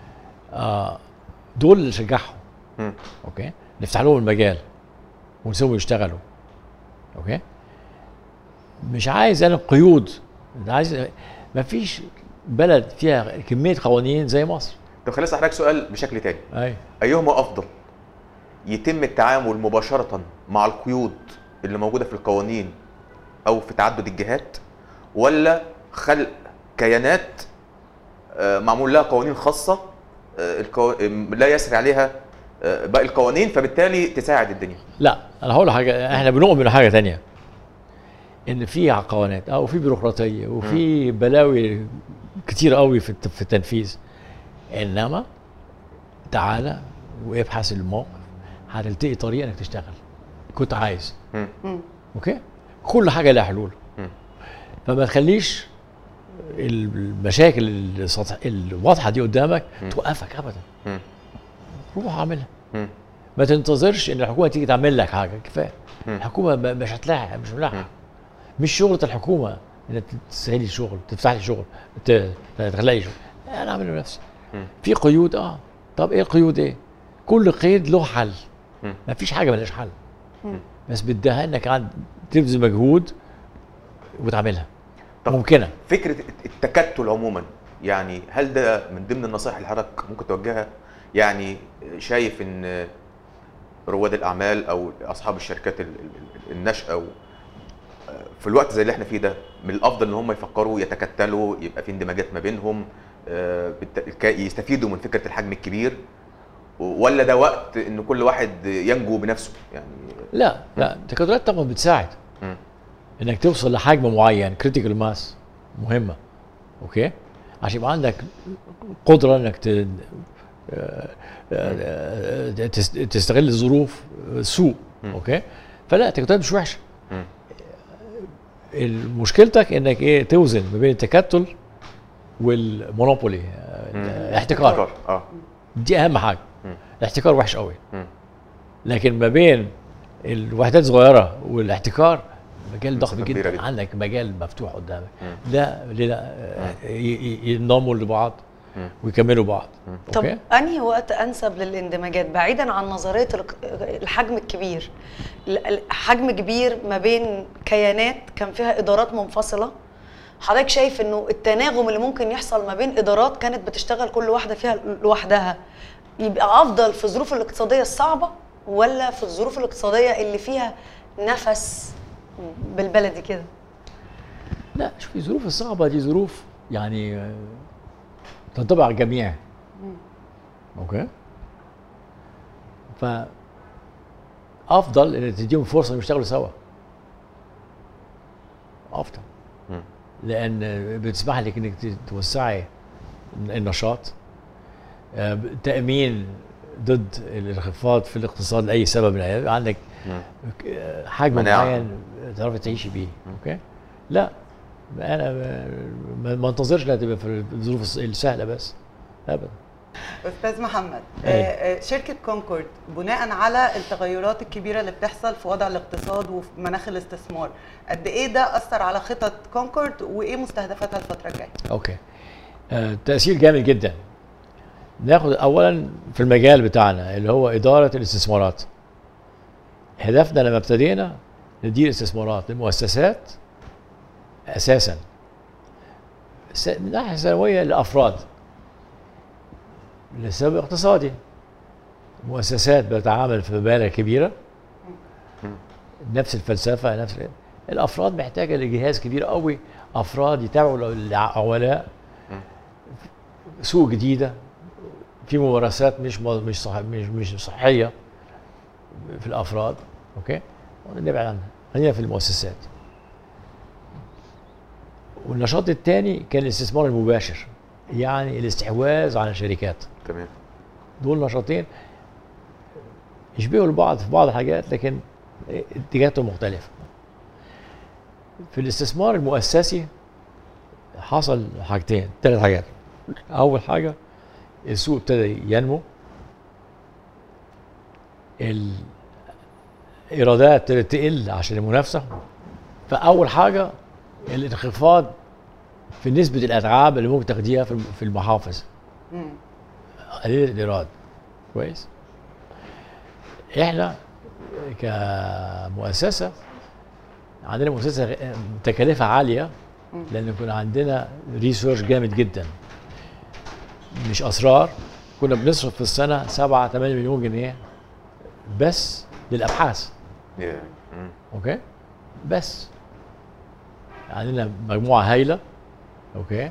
دول اللي نشجعهم. اوكي، نفتح لهم المجال ونسوي يشتغلوا. اوكي، مش عايز انا قيود، عايز ما فيش بلد فيها كميه قوانين زي مصر. طب خليني اسالك سؤال بشكل تاني. ايهما افضل؟ يتم التعامل مباشره مع القيود اللي موجوده في القوانين او في تعدد الجهات، ولا خلق كيانات معمول لها قوانين خاصه لا يسري عليها باقي القوانين فبالتالي تساعد الدنيا؟ لا، انا هقول حاجه، احنا بنؤمن بحاجه ثانيه، ان في قوانين او في بيروقراطيه وفي بلاوي كتير قوي في التنفيذ، انما تعالى وابحث الموقف، هتلتقي طريقه انك تشتغل كنت عايز. اوكي، كل حاجه لها حلول. فما تخليش المشاكل الواضحه دي قدامك توقفك ابدا. روح اعملها. ما تنتظرش ان الحكومه تيجي تعمل لك حاجه، كفايه. الحكومه مش هتلاحق، مش ملاحقه. مش شغله الحكومه انك تسهلي الشغل، تفتح لي شغل، تخلقي شغل. انا اعمله بنفسي. في قيود. طب ايه القيود؟ ايه؟ كل قيد له حل. ما فيش حاجه ملهاش حل. بس بدها انك تبذل مجهود وتعملها. ممكنه. فكره التكتل عموما، يعني هل ده من ضمن النصائح اللي حضرتك ممكن توجهها؟ يعني شايف ان رواد الاعمال او اصحاب الشركات الناشئه في الوقت زي اللي احنا فيه ده من الافضل ان هم يفكروا يتكتلوا، يبقى في اندماجات ما بينهم، يستفيدوا من فكره الحجم الكبير، ولا ده وقت ان كل واحد ينجو بنفسه؟ يعني لا التكتلات طبعا بتساعد انك توصل لحجم معين، كريتيكال ماس مهمه. اوكي، عشان يبقى عندك قدره انك تستغل ظروف السوق. اوكي، فلا التكتلات مش وحشه. مشكلتك انك ايه، توزن ما بين التكتل والمونوبولي، الاحتكار. دي اهم حاجه. الاحتكار وحش قوي، لكن ما بين الوحدات الصغيره والاحتكار مجال ضخم جدا. عندك مجال مفتوح قدامك. لا ينضموا لبعض ويكملوا بعض. طب انهي وقت انسب للاندماجات بعيدا عن نظريه الحجم الكبير؟ حجم كبير ما بين كيانات كان فيها ادارات منفصله، حضرتك شايف انه التناغم اللي ممكن يحصل ما بين ادارات كانت بتشتغل كل واحده فيها لوحدها يبقى افضل في الظروف الاقتصاديه الصعبه، ولا في الظروف الاقتصاديه اللي فيها نفس بالبلدي كده؟ لا، شوفي الظروف الصعبه دي ظروف يعني تنطبق على الجميع. اوكي، فافضل ان تديهم فرصه انهم يشتغلوا سوا، افضل. لان بتسمح لك انك توسعي النشاط، تامين ضد الانخفاض في الاقتصاد لاي سبب من الاسباب، عندك حجم معين تعرفي تعيشي بيه. اوكي، لا انا ما انتظرش انها تبقى في الظروف السهله بس ابدا. استاذ محمد، شركه كونكورد بناء على التغيرات الكبيره اللي بتحصل في وضع الاقتصاد وفي مناخ الاستثمار، قد ايه ده اثر على خطط كونكورد وايه مستهدفاتها الفتره الجايه؟ اوكي، تاثير جامد جدا. ناخد اولا في المجال بتاعنا اللي هو اداره الاستثمارات. هدفنا لما ابتدينا ندير استثمارات للمؤسسات اساسا من ناحيه سنويه للافراد لسبب اقتصادي. مؤسسات بتتعامل في مبالغ كبيره، نفس الفلسفه، نفس الافراد محتاجه لجهاز كبير قوي، افراد يتابعوا العملاء سوق جديده، في ممارسات مش صحيه في الافراد، اوكي، نبعد عنها، خلينا في المؤسسات. والنشاط الثاني كان الاستثمار المباشر، يعني الاستحواذ على شركات. تمام. دول نشاطين يشبهوا البعض في بعض الحاجات، لكن اتجاهاتهم مختلفه. في الاستثمار المؤسسي حصل حاجتين، 3 حاجات. اول حاجه السوق ابتدى ينمو، الايرادات ابتدت تقل عشان المنافسه. فاول حاجه الانخفاض في نسبه الاتعاب اللي ممكن تاخديها في المحافظ، قليل الايراد. كويس. احنا كمؤسسه عندنا مؤسسه تكاليفها عاليه، لان يكون عندنا ريسيرش جامد جدا. مش اسرار، كنا بنصرف في السنه 7-8 مليون جنيه بس للابحاث. اوكي، بس عندنا مجموعه هايله، اوكي،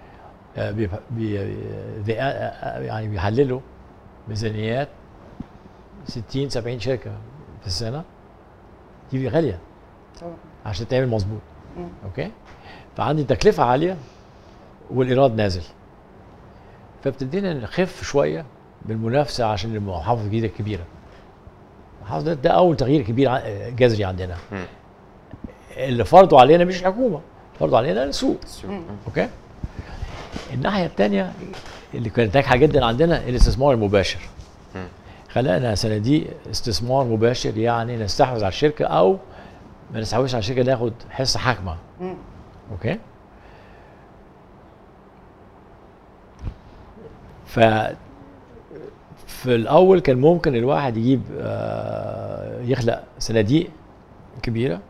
يعني بيحللوا ميزانيات 60-70 شركه في السنه. دي غاليه طبعا عشان تعمل مظبوط. اوكي، فعندي تكلفه عاليه والايراد نازل، فابتدينا نخف شويه بالمنافسه عشان المحافظه الجديده الكبيره. المحافظه ده اول تغيير كبير جذري عندنا. اللي فرضوا علينا مش الحكومه، فرضوا علينا السوق. اوكي. الناحيه الثانيه اللي كانت ناجحه جدا عندنا الاستثمار المباشر. خلقنا صناديق استثمار مباشر، يعني نستحوذ على الشركه او ما نستحوذش على الشركه، ناخد حصه حاكمه. اوكي. في الاول كان ممكن الواحد يجيب يخلق صناديق كبيره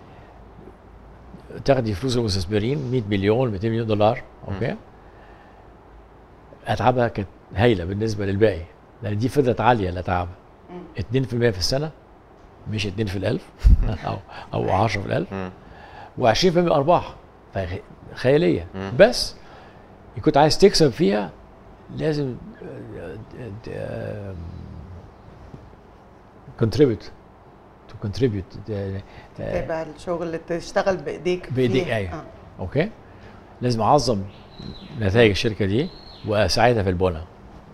تاخدي فلوس المستثمرين 100 مليون 200 مليون دولار. اوكي. اتعابها كانت هايله بالنسبه للباقي، لان دي فضلت عاليه الاتعاب. 2% في السنه، مش 2 في الألف او 10 في الألف، و20% ارباح خياليه. بس كنت عايز تكسب فيها لازم contribute تبقى الشغل اللي تشتغل بايديك ايوه. اوكي. لازم اعظم نتائج الشركه دي واساعدها في البناء.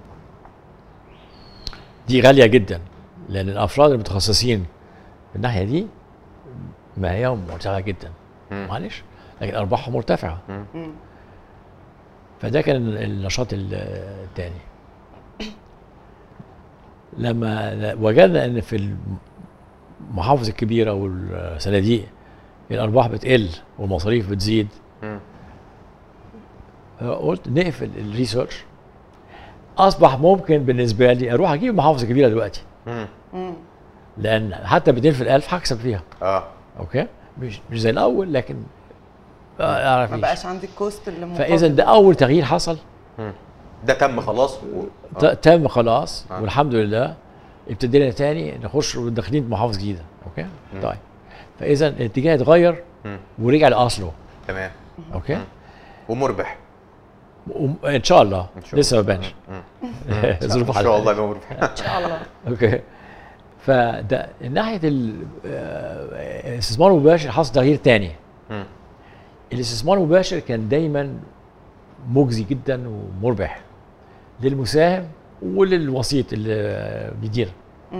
دي غاليه جدا، لان الافراد المتخصصين في الناحيه دي معاييرهم مرتفعه جدا، معلش، لكن ارباحهم مرتفعه. فده كان النشاط الثاني. لما وجدنا ان في المحافظ الكبيره والصناديق الارباح بتقل والمصاريف بتزيد، قلت نقفل الريسيرش. اصبح ممكن بالنسبه لي اروح اجيب محافظه كبيره دلوقتي، لان حتى ب2 في الألف هكسب فيها. اوكي، مش زي الاول، لكن ما بقاش عندي الكوست اللي فاذا ده اول تغيير حصل. ده تم خلاص تم خلاص. والحمد لله ابتدينا تاني نخش وداخلين محافظه جديده. اوكي. طيب، فاذا الاتجاه اتغير ورجع لاصله. تمام. اوكي. ومربح ان شاء الله. لسه ما بانش. ان شاء الله مربح ان شاء الله. اوكي. فده ناحيه الاستثمار المباشر حصل تغيير تاني. الاستثمار المباشر كان دايما مجزي جدا ومربح للمساهم وللوسيط اللي بيدير.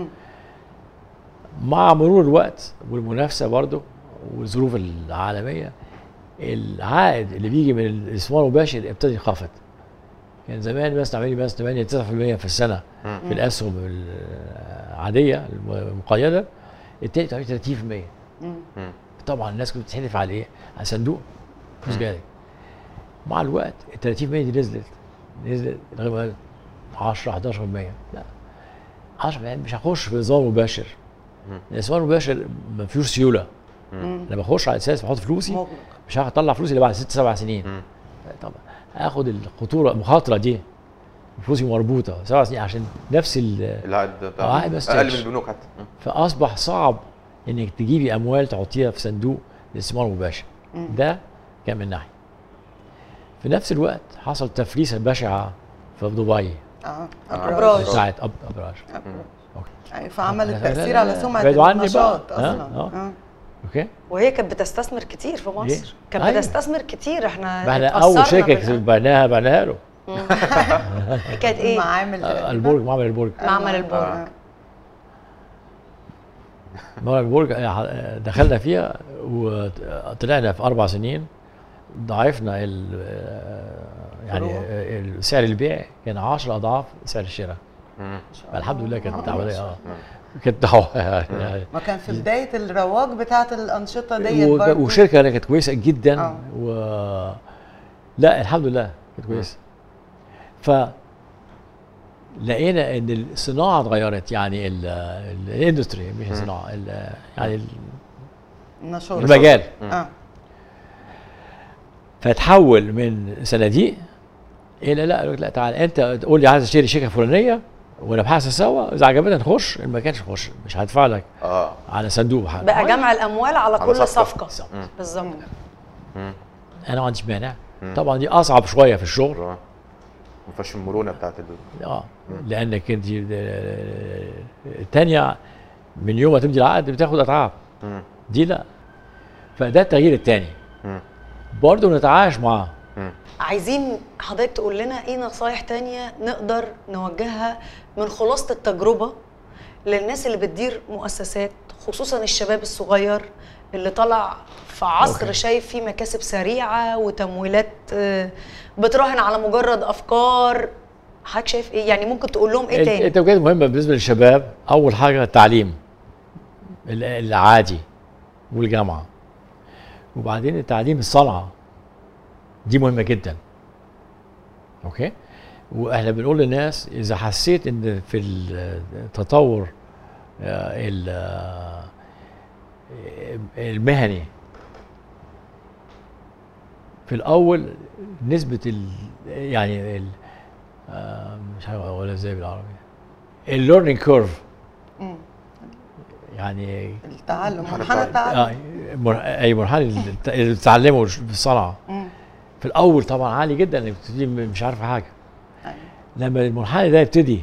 مع مرور الوقت والمنافسه برضه والظروف العالميه، العائد اللي بيجي من الاستثمار المباشر ابتدى ينخفض. كان زمان بس نعمل بس 8-9% في السنه في الاسهم العاديه المقيده، التاني 30%. طبعا الناس كانت بتحلف على ايه؟ على صندوق فلوس جاري. مع الوقت ال 30% دي نزلت لغايه 10-11%. لا، 10% مش هخش في نظام مباشر. الاستثمار المباشر ما فيهوش سيوله. انا بخش على اساس بحط فلوسي، مش هطلع فلوسي اللي بعد 6-7 سنين. طبعا اخد المخاطره دي، فلوسي مربوطه 7 سنين عشان نفس العائد اقل من البنوك حتى. فاصبح صعب انك تجيبي اموال تحطيها في صندوق الاستثمار المباشر. ده كان من ناحيه. في نفس الوقت حصل تفليسه بشعه في دبي. ابراج ساعه ابراج. يعني فعملت تاثير على سمعه النشاط اصلا. اوكي. وهي كانت بتستثمر كتير في مصر، كانت بتستثمر كتير. احنا اول شركه بعناها له. كانت ايه؟ معامل البرج، معمل البرج. معمل البرج. معمل البرج دخلنا فيها وطلعنا في 4 سنين ضاعفنا يعني سعر البيع كان 10 اضعاف سعر الشراء. الحمد لله كانت عمليه كانت يعني ما كان في بدايه الرواج بتاعه الانشطه ديت برضه، وشركه كانت كويسه جدا. لا الحمد لله كانت كويسه. ف لقينا ان الصناعه اتغيرت، يعني الاندستري مش الصناعه، يعني النشاط المجال فتحول من صناديق الى لا تعال انت تقول لي عايز اشتري شركه فلانيه ونبحثها سوا، اذا عجبتنا نخش، ما كانش نخش، مش هدفع لك على صندوق حاجه بقى جمع الاموال على كل صفقه بالظبط. انا ما عنديش مانع. طبعا دي اصعب شويه في الشغل، ما فيهاش المرونه بتاعت لانك انت الثانيه من يوم ما تمضي العقد بتاخد اتعاب، دي لا. فده التغيير الثاني برضه نتعايش معاه. عايزين حضرتك تقول لنا ايه نصايح تانية نقدر نوجهها من خلاصة التجربة للناس اللي بتدير مؤسسات، خصوصا الشباب الصغير اللي طلع في عصر شايف فيه مكاسب سريعة وتمويلات بتراهن على مجرد افكار. حضرتك شايف ايه؟ يعني ممكن تقول لهم ايه تاني؟ التوجيهات مهمة بالنسبة للشباب. اول حاجة التعليم العادي والجامعة، وبعدين التعليم الصنعة دي مهمة جدا. اوكي. واحنا بنقول للناس اذا حسيت ان في التطور المهني في الاول نسبة يعني مش عارف اقولها ازاي بالعربي، الليرنينج كيرف، يعني التعلم، مرحلة التعلم، اي مرحلة اللي بتتعلمه بالصنعة في الاول طبعا عالي جدا، انك بتبتدي مش عارفه حاجه. لما المرحله ده يبتدي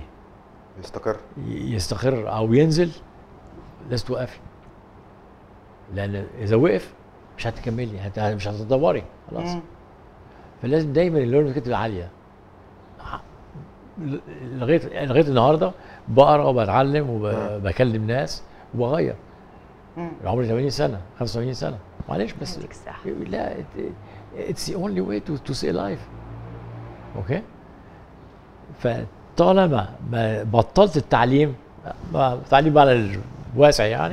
يستقر او ينزل لازم توقفي، لان اذا وقف مش هتكملي، مش هتتدوري خلاص. فلازم دايما الليرنينج تبقى عاليه. لغايه النهارده بقرا وبتعلم وبكلم ناس وبغير. عمري 80 سنه 85 سنه معلش، بس لا it's the only way to stay alive. اوكي. فطالما ما بطلت التعليم على الواسع يعني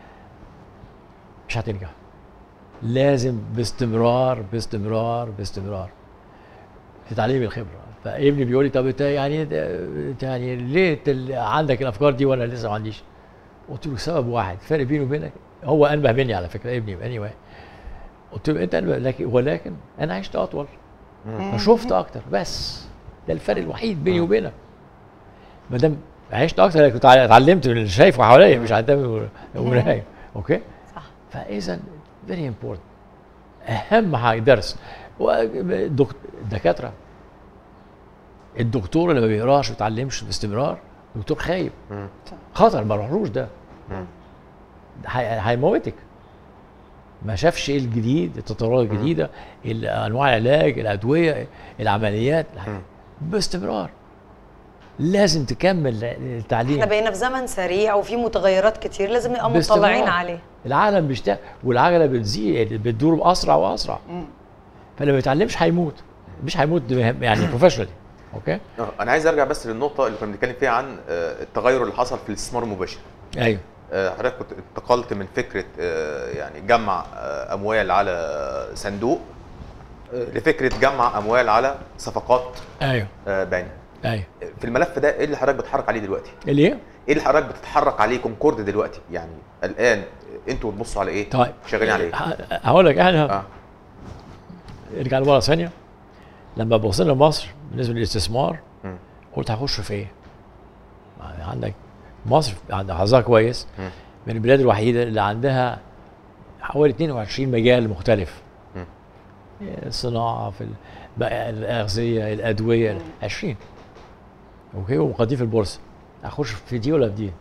مش هتنجح. لازم باستمرار باستمرار باستمرار تتعلمي الخبره. فابني بيقول لي طب انت يعني ليه عندك الافكار دي وانا لسه ما عنديش؟ قلت له سبب واحد، فرق بيني وبينك، هو انبه مني على فكره ابني anyway. قلت له انت ولكن انا عشت اطول فشفت اكتر، بس ده الفرق الوحيد بيني وبينك. ما دام عشت اكتر كنت اتعلمت من اللي شايفه حواليا مش قدامي ومرايه. اوكي صح. فاذا فيري امبورتنت، اهم حاجه درس. الدكاتره، الدكتور اللي ما بيقراش وما بيتعلمش باستمرار دكتور خايب، خطر، ما روحلوش ده، هيموتك. ما شافش ايه الجديد، التطورات الجديده، انواع العلاج، الادويه، العمليات، باستمرار. لازم تكمل التعليم. احنا بقينا في زمن سريع وفي متغيرات كتير لازم نبقى مطلعين عليه. العالم بيشتغل والعجله بتزيد، بتدور باسرع واسرع. فلما ما يتعلمش هيموت، مش هيموت يعني بروفيشنالي. اوكي. انا عايز ارجع بس للنقطه اللي كنا بنتكلم فيها عن التغير اللي حصل في الاستثمار المباشر. ايوه. حضرتك كنت انتقلت من فكره يعني جمع اموال على صندوق لفكره جمع اموال على صفقات. ايوه. بيع. ايوه. في الملف ده ايه اللي حضرتك بتتحرك عليه دلوقتي؟ ايه اللي حضرتك بتتحرك عليه كونكورد دلوقتي؟ يعني الان انتوا بتبصوا على ايه؟ طيب شغالين على ايه؟ هقول لك احنا ارجع لورا ثانيه. لما بوصلنا لمصر بالنسبه للاستثمار قلت هخش في ايه؟ يعني عندك مصر عندها حظها كويس، من البلاد الوحيده اللي عندها حوالي 22 مجال مختلف. الصناعه، في الاغذيه، الادويه، 20. اوكي، ومقدمين في البورصه. اخش في دي ولا في دي؟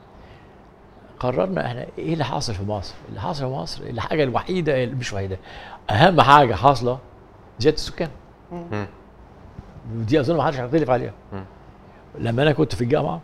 قررنا احنا ايه اللي حاصل في مصر؟ اللي حاصل في مصر الحاجه الوحيده، مش وحيده، اهم حاجه حاصله زياده السكان. ودي اظن ما حدش هيختلف عليها. لما انا كنت في الجامعه،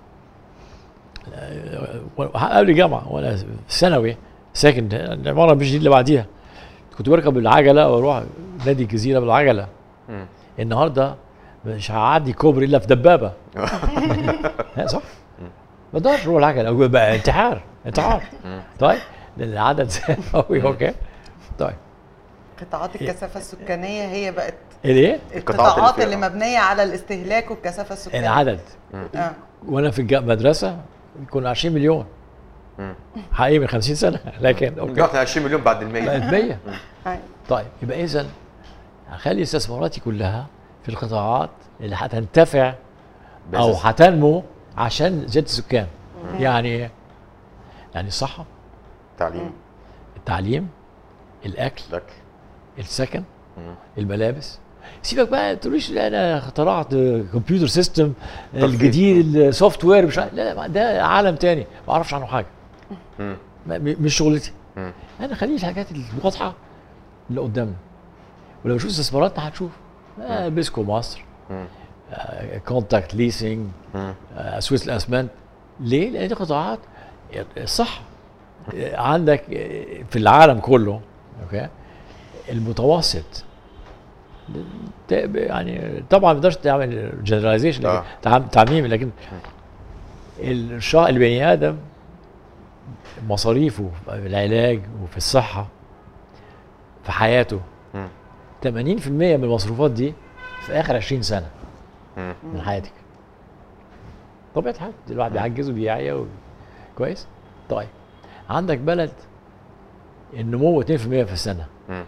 قبل الجامعه وانا في ثانوي ساكن العماره مش دي اللي بعديها، كنت بركب العجله واروح نادي الجزيره بالعجله. النهارده مش هعدي كوبري الا في دبابه. صح؟ ما اقدرش اروح العجله، بقى انتحار. طيب لان العدد قوي. اوكي طيب قطاعات الكثافه السكانيه هي بقت الايه؟ القطاعات اللي مبنيه على الاستهلاك والكثافه السكانيه. العدد. وانا في المدرسه كنا 20 مليون حقيقي من 50 سنه، لكن اوكي احنا 20 مليون بعد ال 100 بقت 100. طيب يبقى اذا هخلي استثماراتي كلها في القطاعات اللي هتنتفع او هتنمو عشان زياده السكان. يعني ايه؟ يعني الصحه، التعليم، الاكل، السكن، الملابس. سيبك بقى تقوليش انا اخترعت كمبيوتر سيستم الجديد، السوفت وير، مش لا ده عالم تاني ما اعرفش عنه حاجه. مش شغلتي. انا خلي الحاجات الواضحه اللي قدامنا، ولما نشوف استثماراتنا هنشوف بيسكو مصر، كونتاكت ليسنج، سويس الاسمنت. ليه؟ لان دي قطاعات الصح عندك في العالم كله. اوكي، المتوسط يعني طبعا ما تقدرش تعمل جنراليزيشن تعميم، لكن البني ادم مصاريفه في العلاج وفي الصحه في حياته 80% من المصروفات دي في اخر 20 سنه من حياتك. طبيعه حال الواحد بيعجز وبيعيا كويس. طيب عندك بلد النمو 2% في السنه،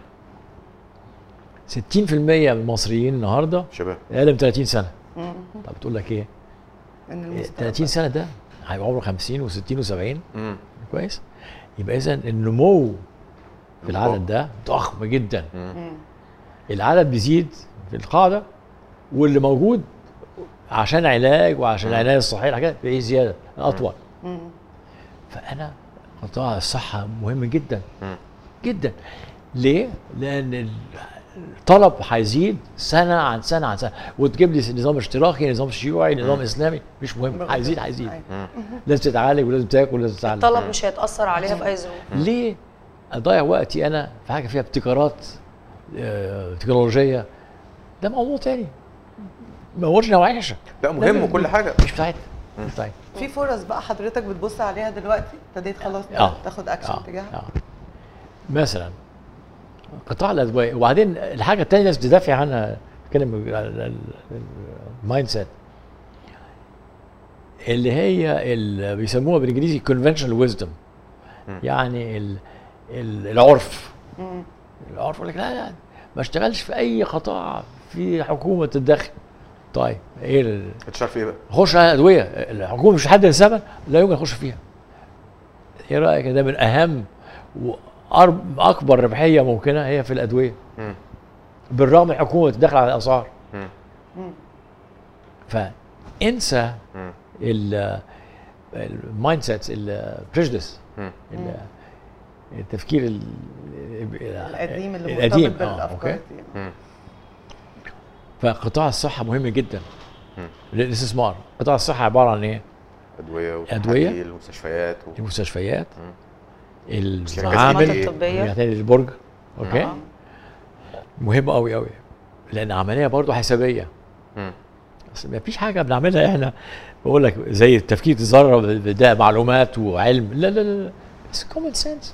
60% من المصريين النهارده شباب اقل من 30 سنه. طب بتقول لك ايه؟ 30 سنه ده هيبقى عمره 50 و60 و70. كويس. يبقى اذا النمو في العدد ده ضخم جدا. العدد بيزيد في القاعده، واللي موجود عشان علاج وعشان العنايه الصحيه الحاجات بايه زياده اطول. فانا قطاع الصحه مهم جدا جدا. ليه؟ لان الطلب هيزيد سنه عن سنه عن سنه، وتجيب لي نظام اشتراكي، نظام شيوعي، نظام اسلامي، مش مهم، هيزيد. لازم تتعالج ولازم تاكل ولازم تتعلم. الطلب مش هيتاثر عليها باي ظروف. ليه اضيع وقتي انا في حاجه فيها ابتكارات تكنولوجيه؟ ده موضوع تاني، ما هوش وحشه. لا مهم وكل حاجه مش بتاعتنا. في فرص بقى حضرتك بتبص عليها دلوقتي، ابتديت خلاص تاخد اكشن تجاهها؟ مثلا قطاع الادويه. وبعدين الحاجه الثانيه لازم تدافع عنها، نتكلم المايند سيت اللي هي اللي بيسموها بالانجليزي كونفنشنال ويزدم، يعني العرف. العرف يقول لك لا ما اشتغلش في اي قطاع في حكومه تتدخل. طيب ايه هتشتغل في ايه بقى؟ خش على الادويه. الحكومه مش حد الثمن، لا يمكن اخش فيها. ايه رايك؟ ده من اهم اكبر ربحيه ممكنه هي في الادويه. بالرغم الحكومه تدخل على الاسعار. فانسى المايند سيتس، البريجديس، التفكير القديم اللي مرتبط بالافكار دي. فقطاع الصحه مهم جدا للاستثمار. قطاع الصحه عباره عن ايه؟ ادويه، المستشفيات، المعامل الطبيه، البرج. اوكي. مهم قوي قوي، لان عمليه برضه حسابيه. بس ما فيش حاجه بنعملها احنا بقول لك زي التفكير الذره ده معلومات وعلم. لا لا لا، بس كومن سنس.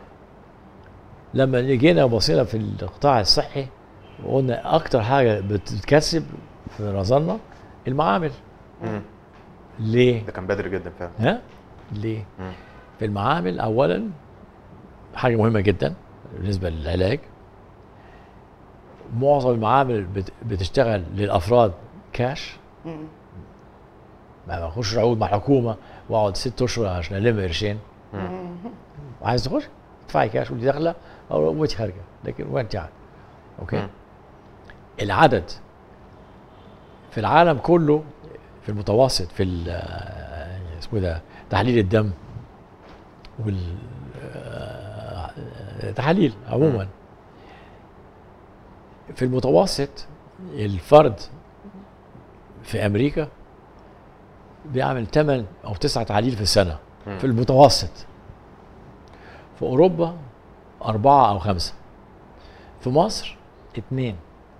لما جينا وبصينا في القطاع الصحي وقلنا اكتر حاجه بتتكسب في نظرنا المعامل. ليه؟ ده كان بدري جدا فعلا. ها؟ ليه؟ في المعامل اولا حاجه مهمه جدا بالنسبه للعلاج. معظم المعامل بتشتغل للافراد كاش. ما بخش عقود مع حكومه واقعد 6 اشهر عشان الم قرشين. عايز تخش ادفعي كاش ودي داخله او وانت خارجه، لكن وانت قاعد. اوكي. العدد في العالم كله في المتوسط في اسمه ده تحليل الدم والتحاليل عموما، في المتوسط الفرد في امريكا بيعمل 8 أو 9 تحاليل في السنه في المتوسط. في اوروبا 4 أو 5. في مصر 2.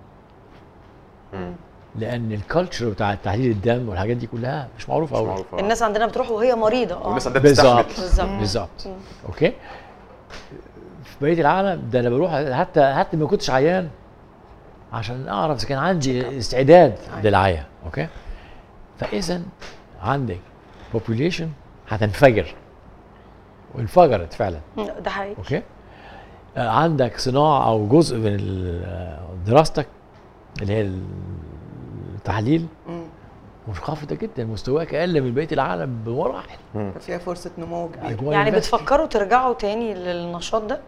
لان الكالتشر بتاع تحليل الدم والحاجات دي كلها مش معروفه قوي. الناس عندنا بتروح وهي مريضه. والناس عندها بتستحمل. بالظبط. اوكي. في بقيه العالم ده انا بروح حتى ما كنتش عيان عشان اعرف اذا كان عندي استعداد للعيا. اوكي. فاذا عندك population هتنفجر، وانفجرت فعلا. ده حقيقي. اوكي. عندك صناعه او جزء من دراستك اللي هي التحليل منخفضه جدا، مستواك اقل من بقيه العالم بمراحل. فيها فرصه نمو كبيره. يعني بتفكروا ترجعوا تاني للنشاط ده؟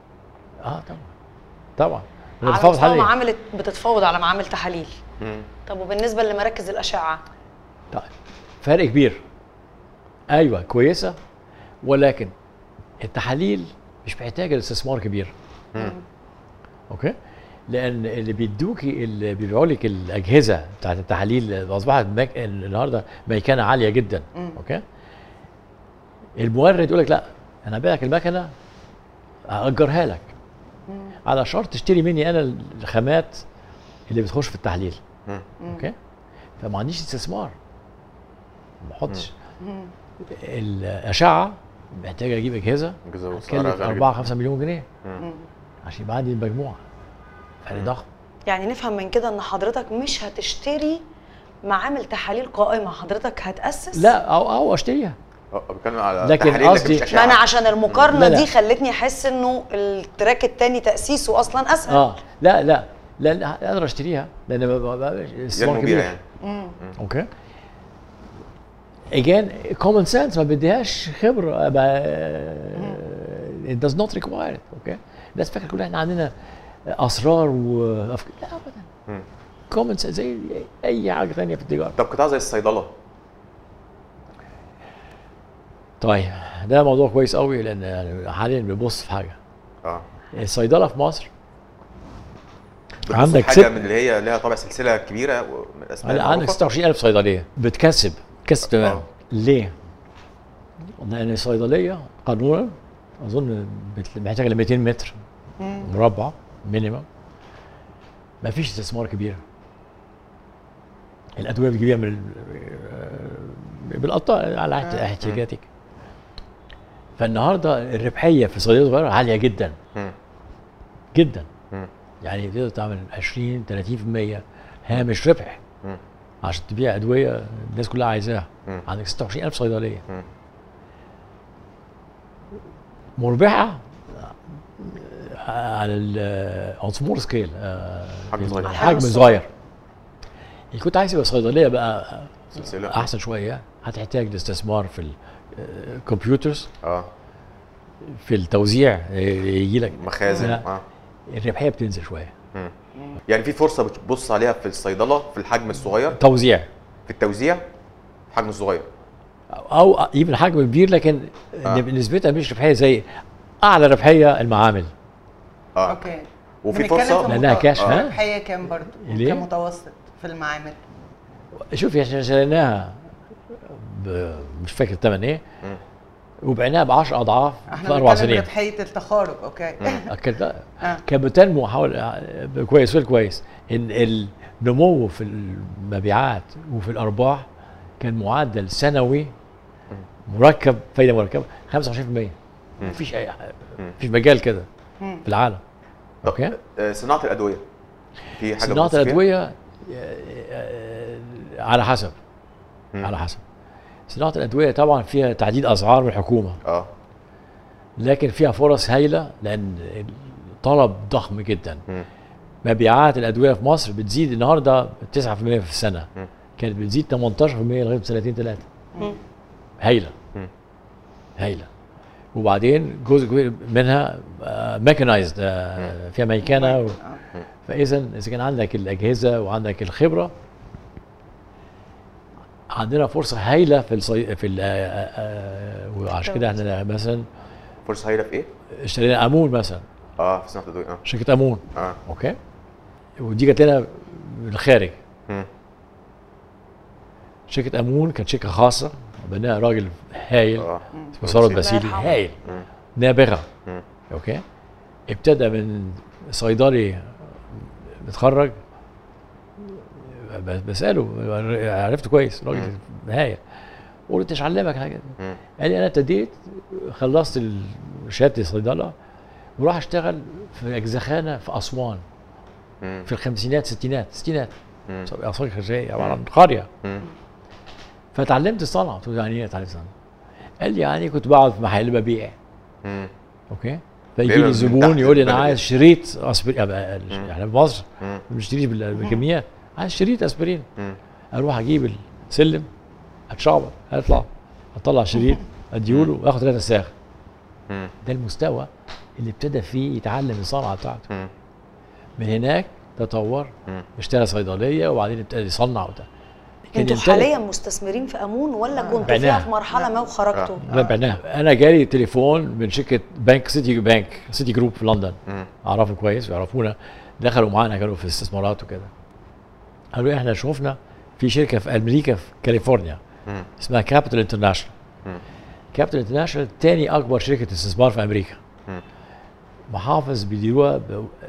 طبعا على مستوى معامل بتتفاوض على معامل تحاليل. طب وبالنسبه لمراكز الاشعه؟ طيب فرق كبير. ايوه كويسه، ولكن التحاليل مش محتاجه استثمار كبير. اوكي. لان اللي بيبيعوا لك الاجهزه بتاعت التحاليل اصبحت النهارده ميكنه عاليه جدا. اوكي. المورد يقول لك لا انا ابيع لك المكنه اجرها لك على شرط تشتري مني انا الخامات اللي بتخش في التحليل. اوكي. فما عنديش استثمار، ما بحطش. الاشعه محتاجه اجيب اجهزه تكلف 4-5 مليون جنيه عشان يبقى عندي المجموعه. فرق ضخم. يعني نفهم من كده ان حضرتك مش هتشتري معامل تحاليل قائمه، حضرتك هتاسس؟ لا او اشتريها. بتكلم على لكن قصدي ما انا عشان المقارنه دي خلتني احس انه التراك الثاني تاسيسه اصلا اسهل. لا اقدر اشتريها لان استثمار كبير يعني. اوكي. again common sense ما بديهاش خبره. it does not require it. اوكي. الناس فاكره كلها احنا عندنا اسرار وافكار. لا ابدا. common sense زي اي حاجه ثانيه في التجاره. طب قطاع زي الصيدله؟ طيب ده موضوع كويس قوي لان حاليا بنبص في حاجه. الصيدله في مصر عندك حاجه من اللي هي لها طابع سلسله كبيره من الاسماء. عندك 26,000 صيدليه بتكسب تمام. ليه؟ لان الصيدليه قانونا اظن محتاجه ل 200 متر مربع مينيمم. ما فيش استثمار كبير. الادويه بتجيبيها من بالقطاع على احتياجاتك. فالنهارده الربحيه في الصيدليه الصغيره عاليه جدا جدا. يعني تقدر تعمل 20-30% هامش ربح عشان تبيع ادويه الناس كلها عايزاها. عندك 26,000 صيدليه مربحه على السمول سكيل، حجم صغير. اللي كنت عايز يبقى صيدليه بقى سلسله احسن شويه هتحتاج لاستثمار في الكمبيوترز، في التوزيع يجي لك مخازن. الربحيه بتنزل شويه. يعني في فرصه بتبص عليها في الصيدله في الحجم الصغير، توزيع في التوزيع في الحجم الصغير او يبقى حجم كبير، لكن نسبتها مش ربحيه زي اعلى ربحيه المعامل. اوكي. وفي فرصه لانها كاش. ربحيه كام برضه كمتوسط في المعامل؟ شوفي احنا شريناها مش فاكر الثمن ايه، وبعناها ب 10 اضعاف في 4 سنين. ربحيه التخارج. اوكي. كانت بتنمو كويس. ان النمو في المبيعات وفي الارباح كان معدل سنوي مركب فايده مركبه 25%. مفيش مجال كده في العالم. اوكي. صناعه الادويه في حاجه؟ صناعه الادويه على حسب. صناعه الادويه طبعا فيها تعديل اسعار من الحكومه. لكن فيها فرص هايله لان الطلب ضخم جدا. مبيعات الادويه في مصر بتزيد النهارده 9% في السنه. كانت بتزيد 18% لغايه 2-3 هايله. وبعدين جزء كبير منها ميكانايزد، فيها ميكنه فاذا اذا كان عندك الاجهزه وعندك الخبره، عندنا فرصه هايله وعشان كده احنا مثلا فرصه هايله في ايه؟ اشترينا امون مثلا. في صناعه الادويه. شركه امون. اوكي. ودي جت لنا من الخارج. شركه امون كانت شركه خاصه بناها راجل هايل اسمه ثروت باسيلي، هايل نابغه. اوكي. ابتدى من صيدلي متخرج، بساله عرفته كويس، راجل هايل. قلت ايش علمك حاجه؟ قال لي انا ابتديت خلصت شهاده الصيدله وراح اشتغل في اجزخانه في اسوان في الخمسينات ستينات اسوان خارجيه عباره عن قريه. فتعلمت الصنعه. قلت له يعني ايه اتعلم صنعه؟ قال لي يعني كنت بقعد في محل ببيع. اوكي. فيجي لي زبون يقول لي انا عايز شريط اسبرين. احنا في مصر ما بنشتريش بالكميات، عايز شريط اسبرين. اروح اجيب السلم، اتشعبط، اطلع اطلع شريط اديهوله واخد 3 ساغ. ده المستوى اللي ابتدى فيه يتعلم الصنعه بتاعته. من هناك تطور، اشترى صيدليه وبعدين ابتدى يصنع وبتاع. انتوا حاليا مستثمرين في امون ولا كنتوا فيها في مرحله ما وخرجتوا؟ لا بعناها. انا جالي تليفون من شركه سيتي جروب في لندن. اعرفهم كويس ويعرفونا، دخلوا معانا كانوا في الاستثمارات وكده. قالوا احنا شفنا في شركه في امريكا في كاليفورنيا اسمها كابيتال انترناشونال. كابيتال انترناشونال تاني اكبر شركه استثمار في امريكا. محافظ بيديروها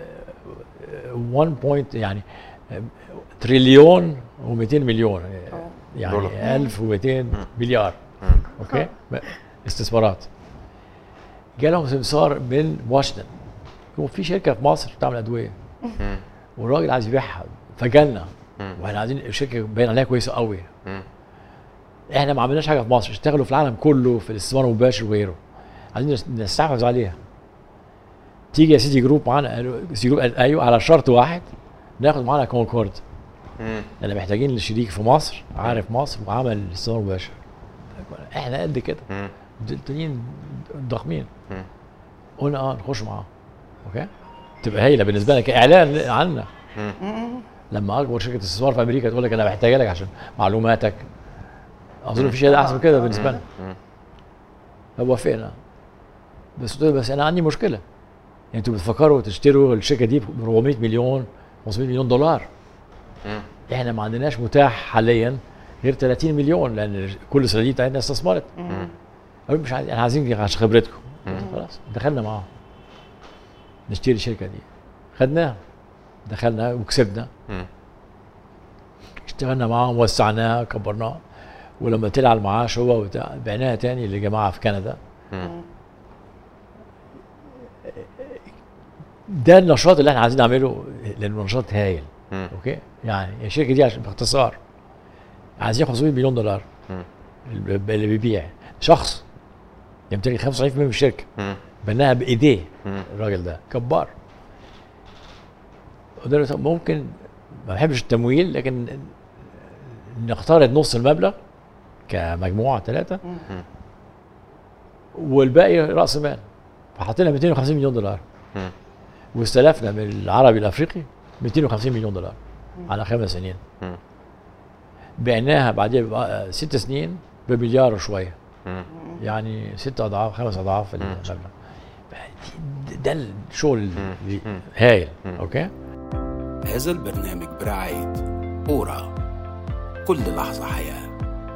1 يعني تريليون و200 مليون، يعني 1200 مليار. اوكي. استثمارات. جالهم سمسار من واشنطن، يكون في شركه في مصر بتعمل ادويه والراجل عايز يبيعها، فجالنا واحنا عايزين الشركه باين عليها كويسه قوي. احنا ما عملناش حاجه في مصر، اشتغلوا في العالم كله في الاستثمار المباشر وغيره، عايزين نستحوذ عليها. تيجي يا سيتي جروب معانا، سيتي جروب ايوه على شرط واحد، ناخد معانا كونكورد. احنا محتاجين لشريك في مصر عارف مصر وعمل الاستثمار المباشر. احنا قد كده، التانيين ضخمين. قلنا نخش معاهم. اوكي. تبقى هايله بالنسبه لك اعلان عنا. لما اكبر شركه استثمار في امريكا تقول لك انا محتاجه لك عشان معلوماتك، اظن مفيش حاجه احسن من كده بالنسبه لنا. فوافقنا. بس انا عندي مشكله، انتوا بتفكروا تشتروا الشركه دي ب 400 مليون 500 مليون دولار. احنا ما عندناش متاح حاليا غير 30 مليون لان كل الصناديق بتاعتنا استثمرت. مش عايزين، احنا عايزين عشان خبرتكم. خلاص دخلنا معاهم نشتري الشركه دي، خدناها دخلنا وكسبنا. اشتغلنا معاهم وسعناها كبرناها، ولما طلع المعاش هو بعناها تاني لجماعه في كندا. ده النشاط اللي احنا عايزين نعمله لانه نشاط هايل. اوكي. يعني الشركه دي عشان باختصار عايزين 500 مليون دولار. اللي بيبيع شخص يمتلك 95% من الشركه، بناها بايديه. الراجل ده كبار. ممكن ما بحبش التمويل لكن نقترض نص المبلغ كمجموعه 3 والباقي راس مال. فحطينا 250 مليون دولار واستلفنا من العربي الافريقي 250 مليون دولار على 5 سنين. بعناها بعدين 6 سنين بمليار وشويه، يعني 6 اضعاف 5 اضعاف المبلغ. ده الشغل هايل. اوكي. هذا البرنامج برعاية أورا، كل لحظة حياة.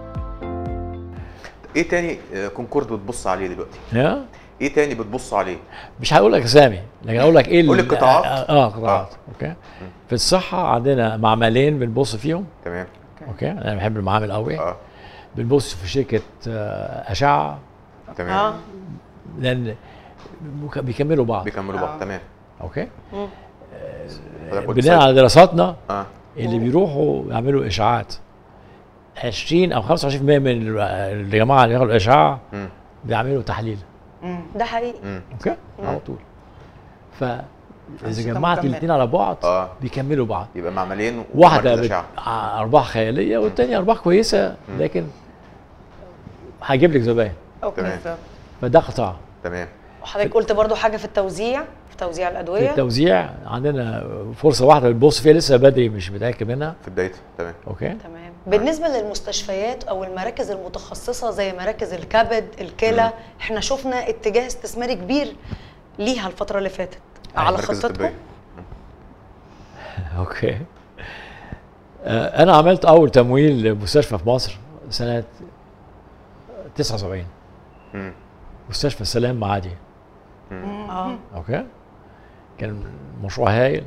ايه تاني كونكورد بتبص عليه دلوقتي؟ ايه تاني بتبص عليه؟ مش هقول لك اسامي لكن اقول لك ايه قول لي القطاعات. قطاعات. اوكي. في الصحة عندنا معملين بنبص فيهم. تمام. اوكي. انا بحب المعامل قوي. بنبص في شركة أشعة. تمام. لأن بيكملوا بعض. تمام. اوكي. بناء على دراساتنا اللي بيروحوا يعملوا اشعاعات 20 او 25% من الجماعه اللي ياخدوا اشعاع بيعملوا تحليل. ده حقيقي. اوكي. على طول. فاذا جمعت الاثنين على بعض بيكملوا بعض. يبقى معملين، واحده ارباح خياليه والثانيه ارباح كويسه لكن هجيب لك زباين. اوكي. فده قطاع. تمام. وحضرتك قلت برضو حاجه في التوزيع، في توزيع الادويه؟ في التوزيع عندنا فرصه واحده بنبص فيها، لسه بدري مش متاكد منها في بدايتها. تمام. اوكي تمام. بالنسبه للمستشفيات او المراكز المتخصصه زي مراكز الكبد الكلى، احنا شفنا اتجاه استثماري كبير ليها الفتره اللي فاتت على خطتكم. اوكي. انا عملت اول تمويل لمستشفى في مصر سنه 79. مستشفى السلام معادي. اوكي. كان مشروع هايل.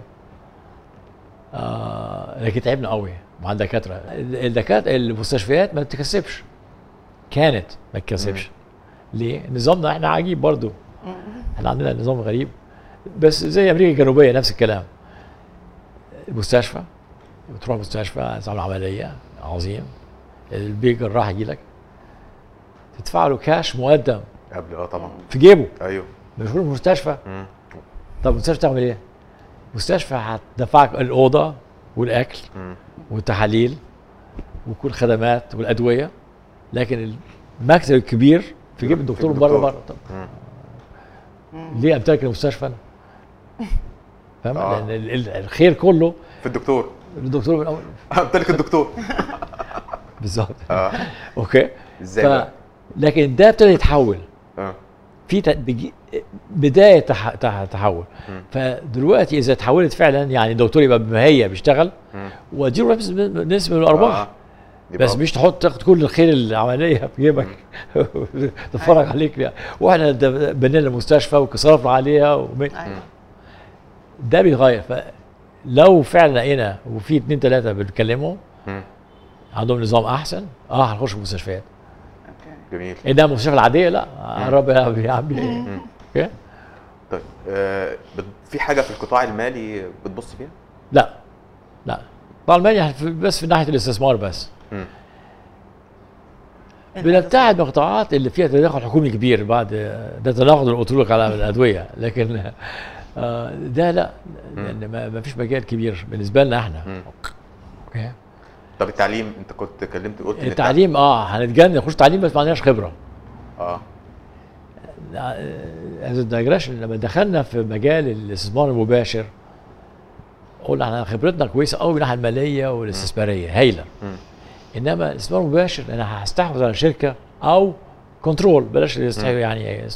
لكن تعبنا قوي مع الدكاتره. المستشفيات ما بتكسبش، كانت ما بتكسبش. ليه؟ نظامنا احنا عجيب برضو. احنا عندنا نظام غريب، بس زي امريكا الجنوبيه نفس الكلام. المستشفى بتروح مستشفى تعمل عمليه عظيم، البيج الراح يجي لك تدفع له كاش مقدم قبل طبعا في جيبه. ايوه مشغول المستشفى. طب المستشفى تعمل ايه؟ المستشفى هتدفعك الاوضه والاكل والتحاليل وكل الخدمات والادويه، لكن المكتب الكبير في جيب الدكتور من بره. طب ليه امتلك المستشفى انا؟ فاهم؟ لان الخير كله في الدكتور من اول امتلك الدكتور. بالظبط. اوكي. ازاي؟ لكن ده ابتدى يتحول. في بدايه تحول. فدلوقتي اذا تحولت فعلا، يعني الدكتور يبقى بمهيه بيشتغل واديله نسبه من الارباح. بس مش تاخد كل الخير العمليه في جيبك تتفرج عليك. واحنا بنينا المستشفى وصرفنا عليها ده بيغير. فلو فعلا لقينا وفي 2 3 بنتكلموا عندهم نظام احسن، هنخش المستشفيات. جميل. انما المستشفى العاديه لا، رب يا عمي. اوكي. طيب في حاجه في القطاع المالي بتبص فيها؟ لا القطاع المالي بس في ناحيه الاستثمار بس. بنبتعد من القطاعات اللي فيها تدخل حكومي كبير. بعد ده تناقض اللي قلت لك على الادويه، لكن ده لا، لان ما فيش مجال كبير بالنسبه لنا احنا. اوكي. طب التعليم، انت كنت كلمت قلت التعليم هنتجنن نخش تعليم بس ما عندناش خبره. از الدايجريشن لما دخلنا في مجال الاستثمار المباشر قلنا احنا خبرتنا كويسه قوي من الناحيه الماليه والاستثماريه هايله. انما الاستثمار المباشر انا هستحوذ على شركه او كنترول، بلاش يعني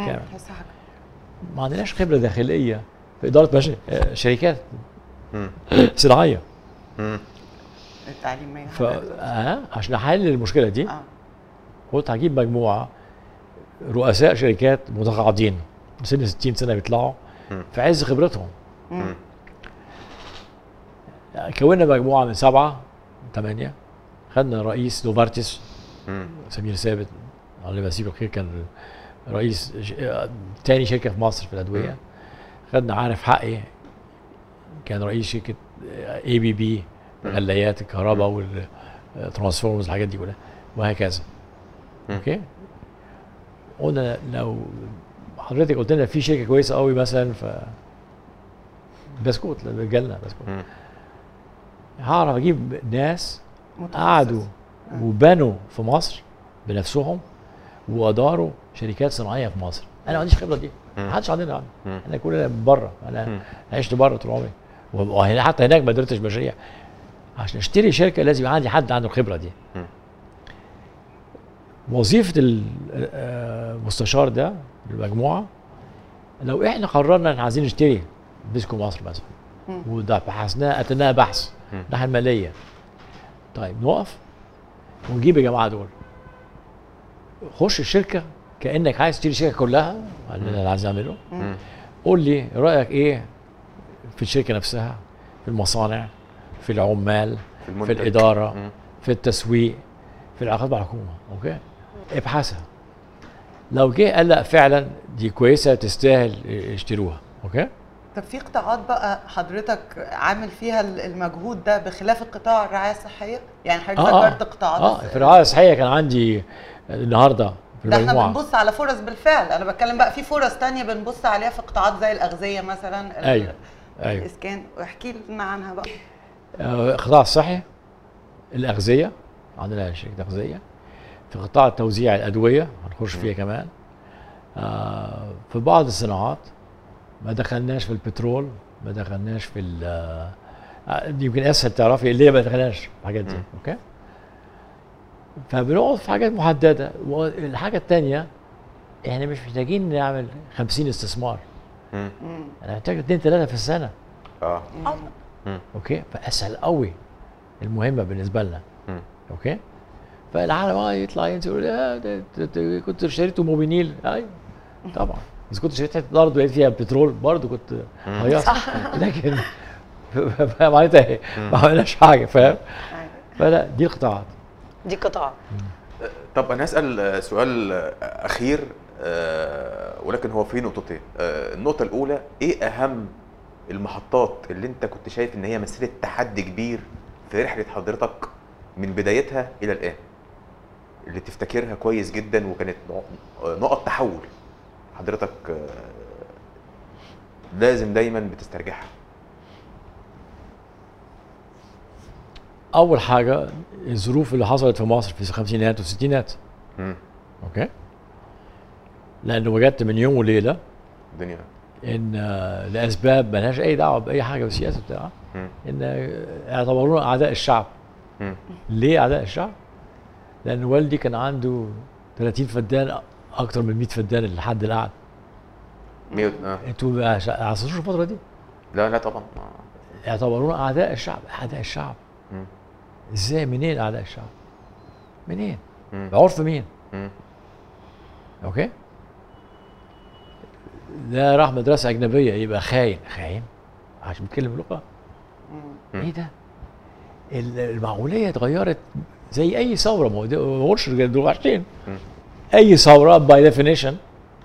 ما عندناش خبره داخليه في اداره شركات صناعيه. التعليميه عشان احل المشكله دي قلت هجيب مجموعه رؤساء شركات متقاعدين سن 60 سنه بيطلعوا في عز خبرتهم. كونا مجموعه من 7 8. خدنا رئيس نوفارتس سمير ثابت الله يمسيه بالخير، كان رئيس تاني شركه في مصر في الادويه. خدنا عارف حقي كان رئيس شركه ABB غلايات الكهرباء والترانسفورمرز الحاجات دي كلها، وهكذا. اوكي. قلنا لو حضرتك قلت لنا في شركه كويسه قوي مثلا في بسكوت، جالنا بسكوت، هعرف اجيب ناس قعدوا وبنوا في مصر بنفسهم واداروا شركات صناعيه في مصر. انا ما عنديش الخبره دي، ما حدش عندنا. احنا كلنا بره، انا عشت بره طول عمري، وحتى هناك ما درتش مشاريع. عشان اشتري شركه لازم يبقى عندي حد عنده الخبره دي. وظيفه المستشار ده للمجموعه، لو احنا قررنا ان عايزين نشتري بيسكو مصر مثلا وده بحثناه اتناها بحث الناحيه الماليه، طيب نقف ونجيب الجماعه دول، خش الشركه كانك عايز تشتري الشركه كلها اللي انا عايز اعمله. قول لي رايك ايه في الشركه نفسها، في المصانع، في العمال، في الاداره، في التسويق، في العلاقات مع الحكومه. اوكي. ابحثها، لو جه قال لا فعلا دي كويسه تستاهل اشتروها. اوكي. طب في قطاعات بقى حضرتك عامل فيها المجهود ده بخلاف القطاع الرعايه الصحيه؟ يعني حضرتك ذكرت قطاعات في الرعايه الصحيه كان عندي النهارده في ده احنا بنبص على فرص بالفعل. انا بتكلم بقى في فرص تانية بنبص عليها في قطاعات زي الاغذيه مثلا. ايوه الاسكان، واحكي لنا عنها بقى. القطاع الصحي، الاغذيه عندنا شركه اغذيه، في قطاع توزيع الادويه هنخش فيها كمان، في بعض الصناعات ما دخلناش في البترول، ما دخلناش في يمكن اسهل تعرفي ليه ما دخلناش في الحاجات دي. اوكي، فبنقعد في حاجات محدده. والحاجه الثانيه احنا مش محتاجين نعمل 50 استثمار، انا محتاج 2 3 في السنه. اوكي، فاسهل قوي المهمه بالنسبه لنا. اوكي، فالعالم يطلع ينزل كنت اشتريته موبينيل. ايوه طبعا، بس كنت اشتريت حته ارض ولقيت فيها بترول برضه كنت هيص، لكن معناتها ايه؟ ما عملناش حاجه، فاهم؟ فلا دي القطاعات، دي قطاع. طب انا هسال سؤال اخير، ولكن هو في نقطتين. النقطه الاولى، ايه اهم المحطات اللي انت كنت شايف ان هي مثلت تحدي كبير في رحله حضرتك من بدايتها الى الان، اللي تفتكرها كويس جدا وكانت نقط تحول حضرتك لازم دايما بتسترجعها؟ اول حاجه الظروف اللي حصلت في مصر في الخمسينات والستينات. اوكي، لانه وجدت من يوم وليله الدنيا ان لاسباب مالهاش اي دعوه باي حاجه بالسياسه بتاعها، ان اعتبرونا اعداء الشعب. ليه اعداء الشعب؟ لان والدي كان عنده 30 فدان، اكتر من 100 فدان لحد القعد. 100. انتوا ما عصرتوش الفتره دي؟ لا طبعا. اعتبرونا اعداء الشعب. اعداء الشعب ازاي؟ منين اعداء الشعب؟ منين؟ بعرف مين؟ اوكي، ده راح مدرسه اجنبيه يبقى خاين. خاين عشان بيتكلم لغه؟ ايه ده؟ المعقوليه اتغيرت زي اي ثوره. ما بقولش دول وحشين. اي ثوره باي ديفينيشن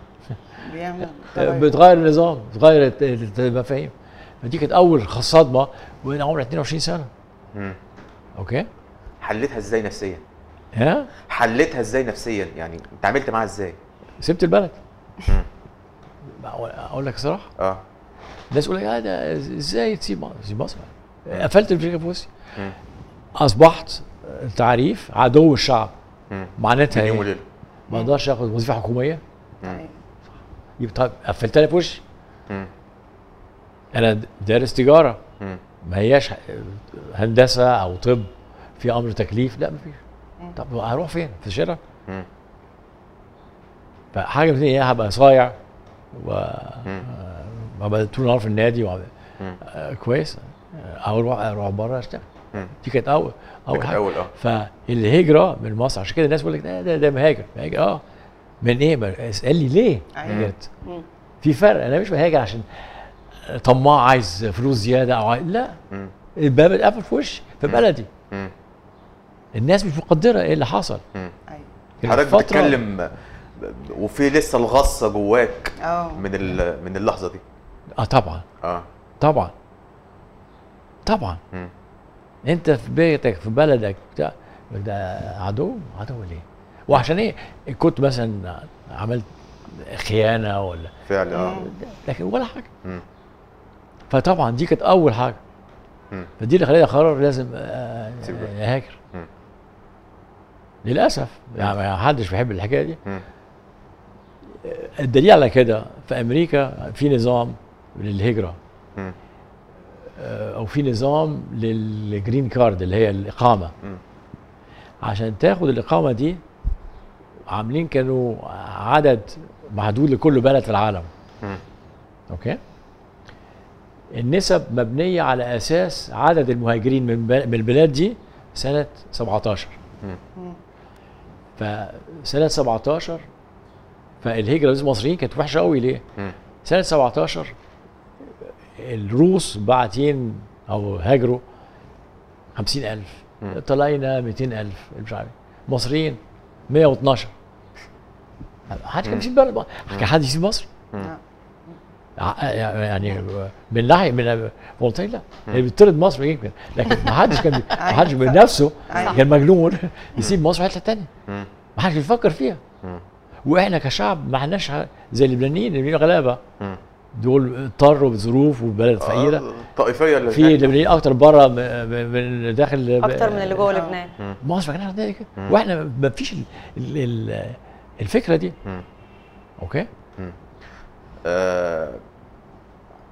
بتغير النظام، بتغير المفاهيم. فدي كانت اول صدمه وانا عمري 22 سنه. اوكي، حلتها ازاي نفسيا؟ ها؟ حلتها ازاي نفسيا؟ يعني انت عملت معاها ازاي؟ سبت البلد. اقول لك صراحه، الناس يقول لك ده ازاي تسيب مصر؟ تسيب مصر؟ قفلت الشركه في وسطي. اصبحت تعريف عدو الشعب. معناتها ايه؟ ما اقدرش اخد وظيفه حكوميه. يبقى طيب قفلتها في وشي. انا دارس تجاره، ما هياش هندسه او طب في امر تكليف، لا مفيش. طب هروح فين؟ في الشارع؟ فحاجه من يا هبقى صايع وابقى طول النهار في النادي كويس، او اروح بره اشتغل. دي كانت اول حاجه. فالهجره من مصر، عشان كده الناس بيقول لك ده مهاجر. مهاجر من ايه؟ اسال لي ليه هاجرت؟ في فرق. انا مش بهاجر عشان طماع عايز فلوس زياده او لا، الباب اتقفل في وشي في بلدي. الناس مش مقدره ايه اللي حصل. حضرتك بتتكلم وفي لسه الغصه جواك من اللحظه دي. طبعا. طبعا. انت في بيتك في بلدك بتاع ده عدو ليه؟ وعشان ايه؟ كنت مثلا عملت خيانه ولا فعلا، لكن ولا حاجه. فطبعا دي كانت اول حاجه. فدي اللي خلاني اقرر لازم اهاجر. للاسف يعني ما حدش بيحب الحكايه دي. الدليل على كده في امريكا في نظام للهجره، او في نظام للجرين كارد اللي هي الاقامه. عشان تاخد الاقامه دي عاملين كانوا عدد محدود لكل بلد في العالم. اوكي، النسب مبنيه على اساس عدد المهاجرين من البلاد دي سنه 17. فسنه 17 فالهجره للمصريين كانت وحشه قوي. ليه؟ سنه 17 الروس باعتين او هاجروا 50,000، طلعنا 200,000 مش عارف. مصريين 112. حد كان بيسيب بلد؟ كان حد يسيب مصر؟ يعني من ناحيه من فولتين لا، اللي بيطرد مصر يمكن، لكن ما حدش من نفسه كان مجنون يسيب مصر حته ثانيه. ما حدش بيفكر فيها. واحنا كشعب ما احناش زي اللبنانيين غلابه. دول اضطروا بظروف والبلد فقيره. طائفيه في لبنانيين اكتر بره من داخل اكتر من اللي جوه لبنان. مصر ما كانش عندنا كده، واحنا ما فيش الفكره دي. اوكي.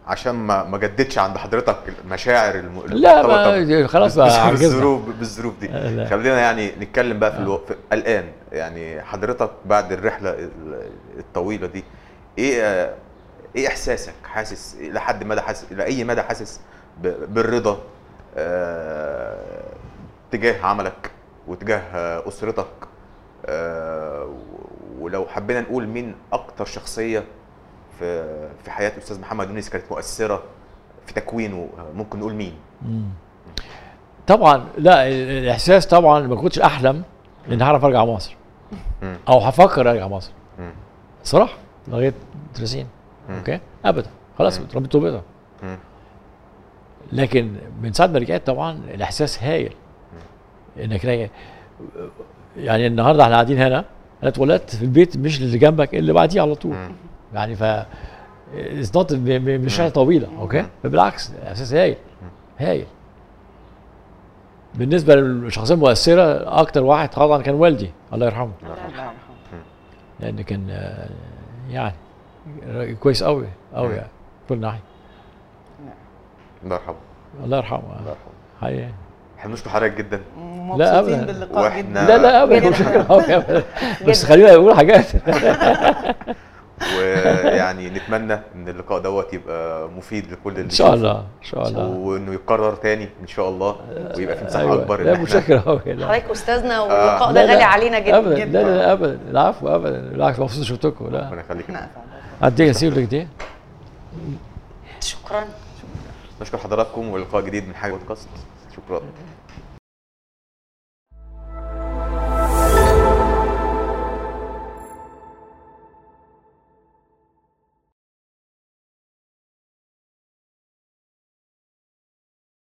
عشان ما جددش عند حضرتك مشاعر لا ما خلاص بالظروف دي. خلينا يعني نتكلم بقى في الان، يعني حضرتك بعد الرحله الطويله دي ايه احساسك؟ حاسس لحد مدى حاسس الى اي مدى حاسس بالرضا تجاه عملك وتجاه اسرتك؟ ولو حبينا نقول مين اكتر شخصيه في حياه الاستاذ محمد يونس كانت مؤثره في تكوينه، ممكن نقول مين؟ طبعا لا الاحساس طبعا ما كنتش احلم ان هعرف ارجع مصر او هفكر ارجع مصر صراحه لغايه 30 اوكي ابدا خلاص اتربيت وبيضه. لكن من ساعه ما رجعت طبعا الاحساس هايل انك يعني النهارده احنا قاعدين هنا، انا اتولدت في البيت مش اللي جنبك اللي بعديه على طول يعني مش رحله طويله اوكي، فبالعكس احساس هايل. بالنسبه للشخصيه المؤثره اكتر واحد طبعا كان والدي الله يرحمه، لان كان يعني كويس قوي يعني كل ناحيه. الله يرحمه. الله يرحمه حقيقي. احنا بنشكر حضرتك جدا. لا ابدا باللقاء جدا. لا ابدا مش ابدا بس خلينا نقول حاجات ويعني نتمنى ان اللقاء دوت يبقى مفيد لكل اللي ان شاء الله ان شاء الله، وانه يتكرر تاني ان شاء الله ويبقى في مساحه اكبر. لا متشكر قوي. حضرتك استاذنا واللقاء ده غالي علينا جدا ابدا. لا ابدا العفو ابدا بالعكس مبسوط شفتكم. لا ربنا يخليك. اديك اسيب لك دي. شكرا. نشكر حضراتكم ولقاء جديد من حاجه بودكاست. شكرا.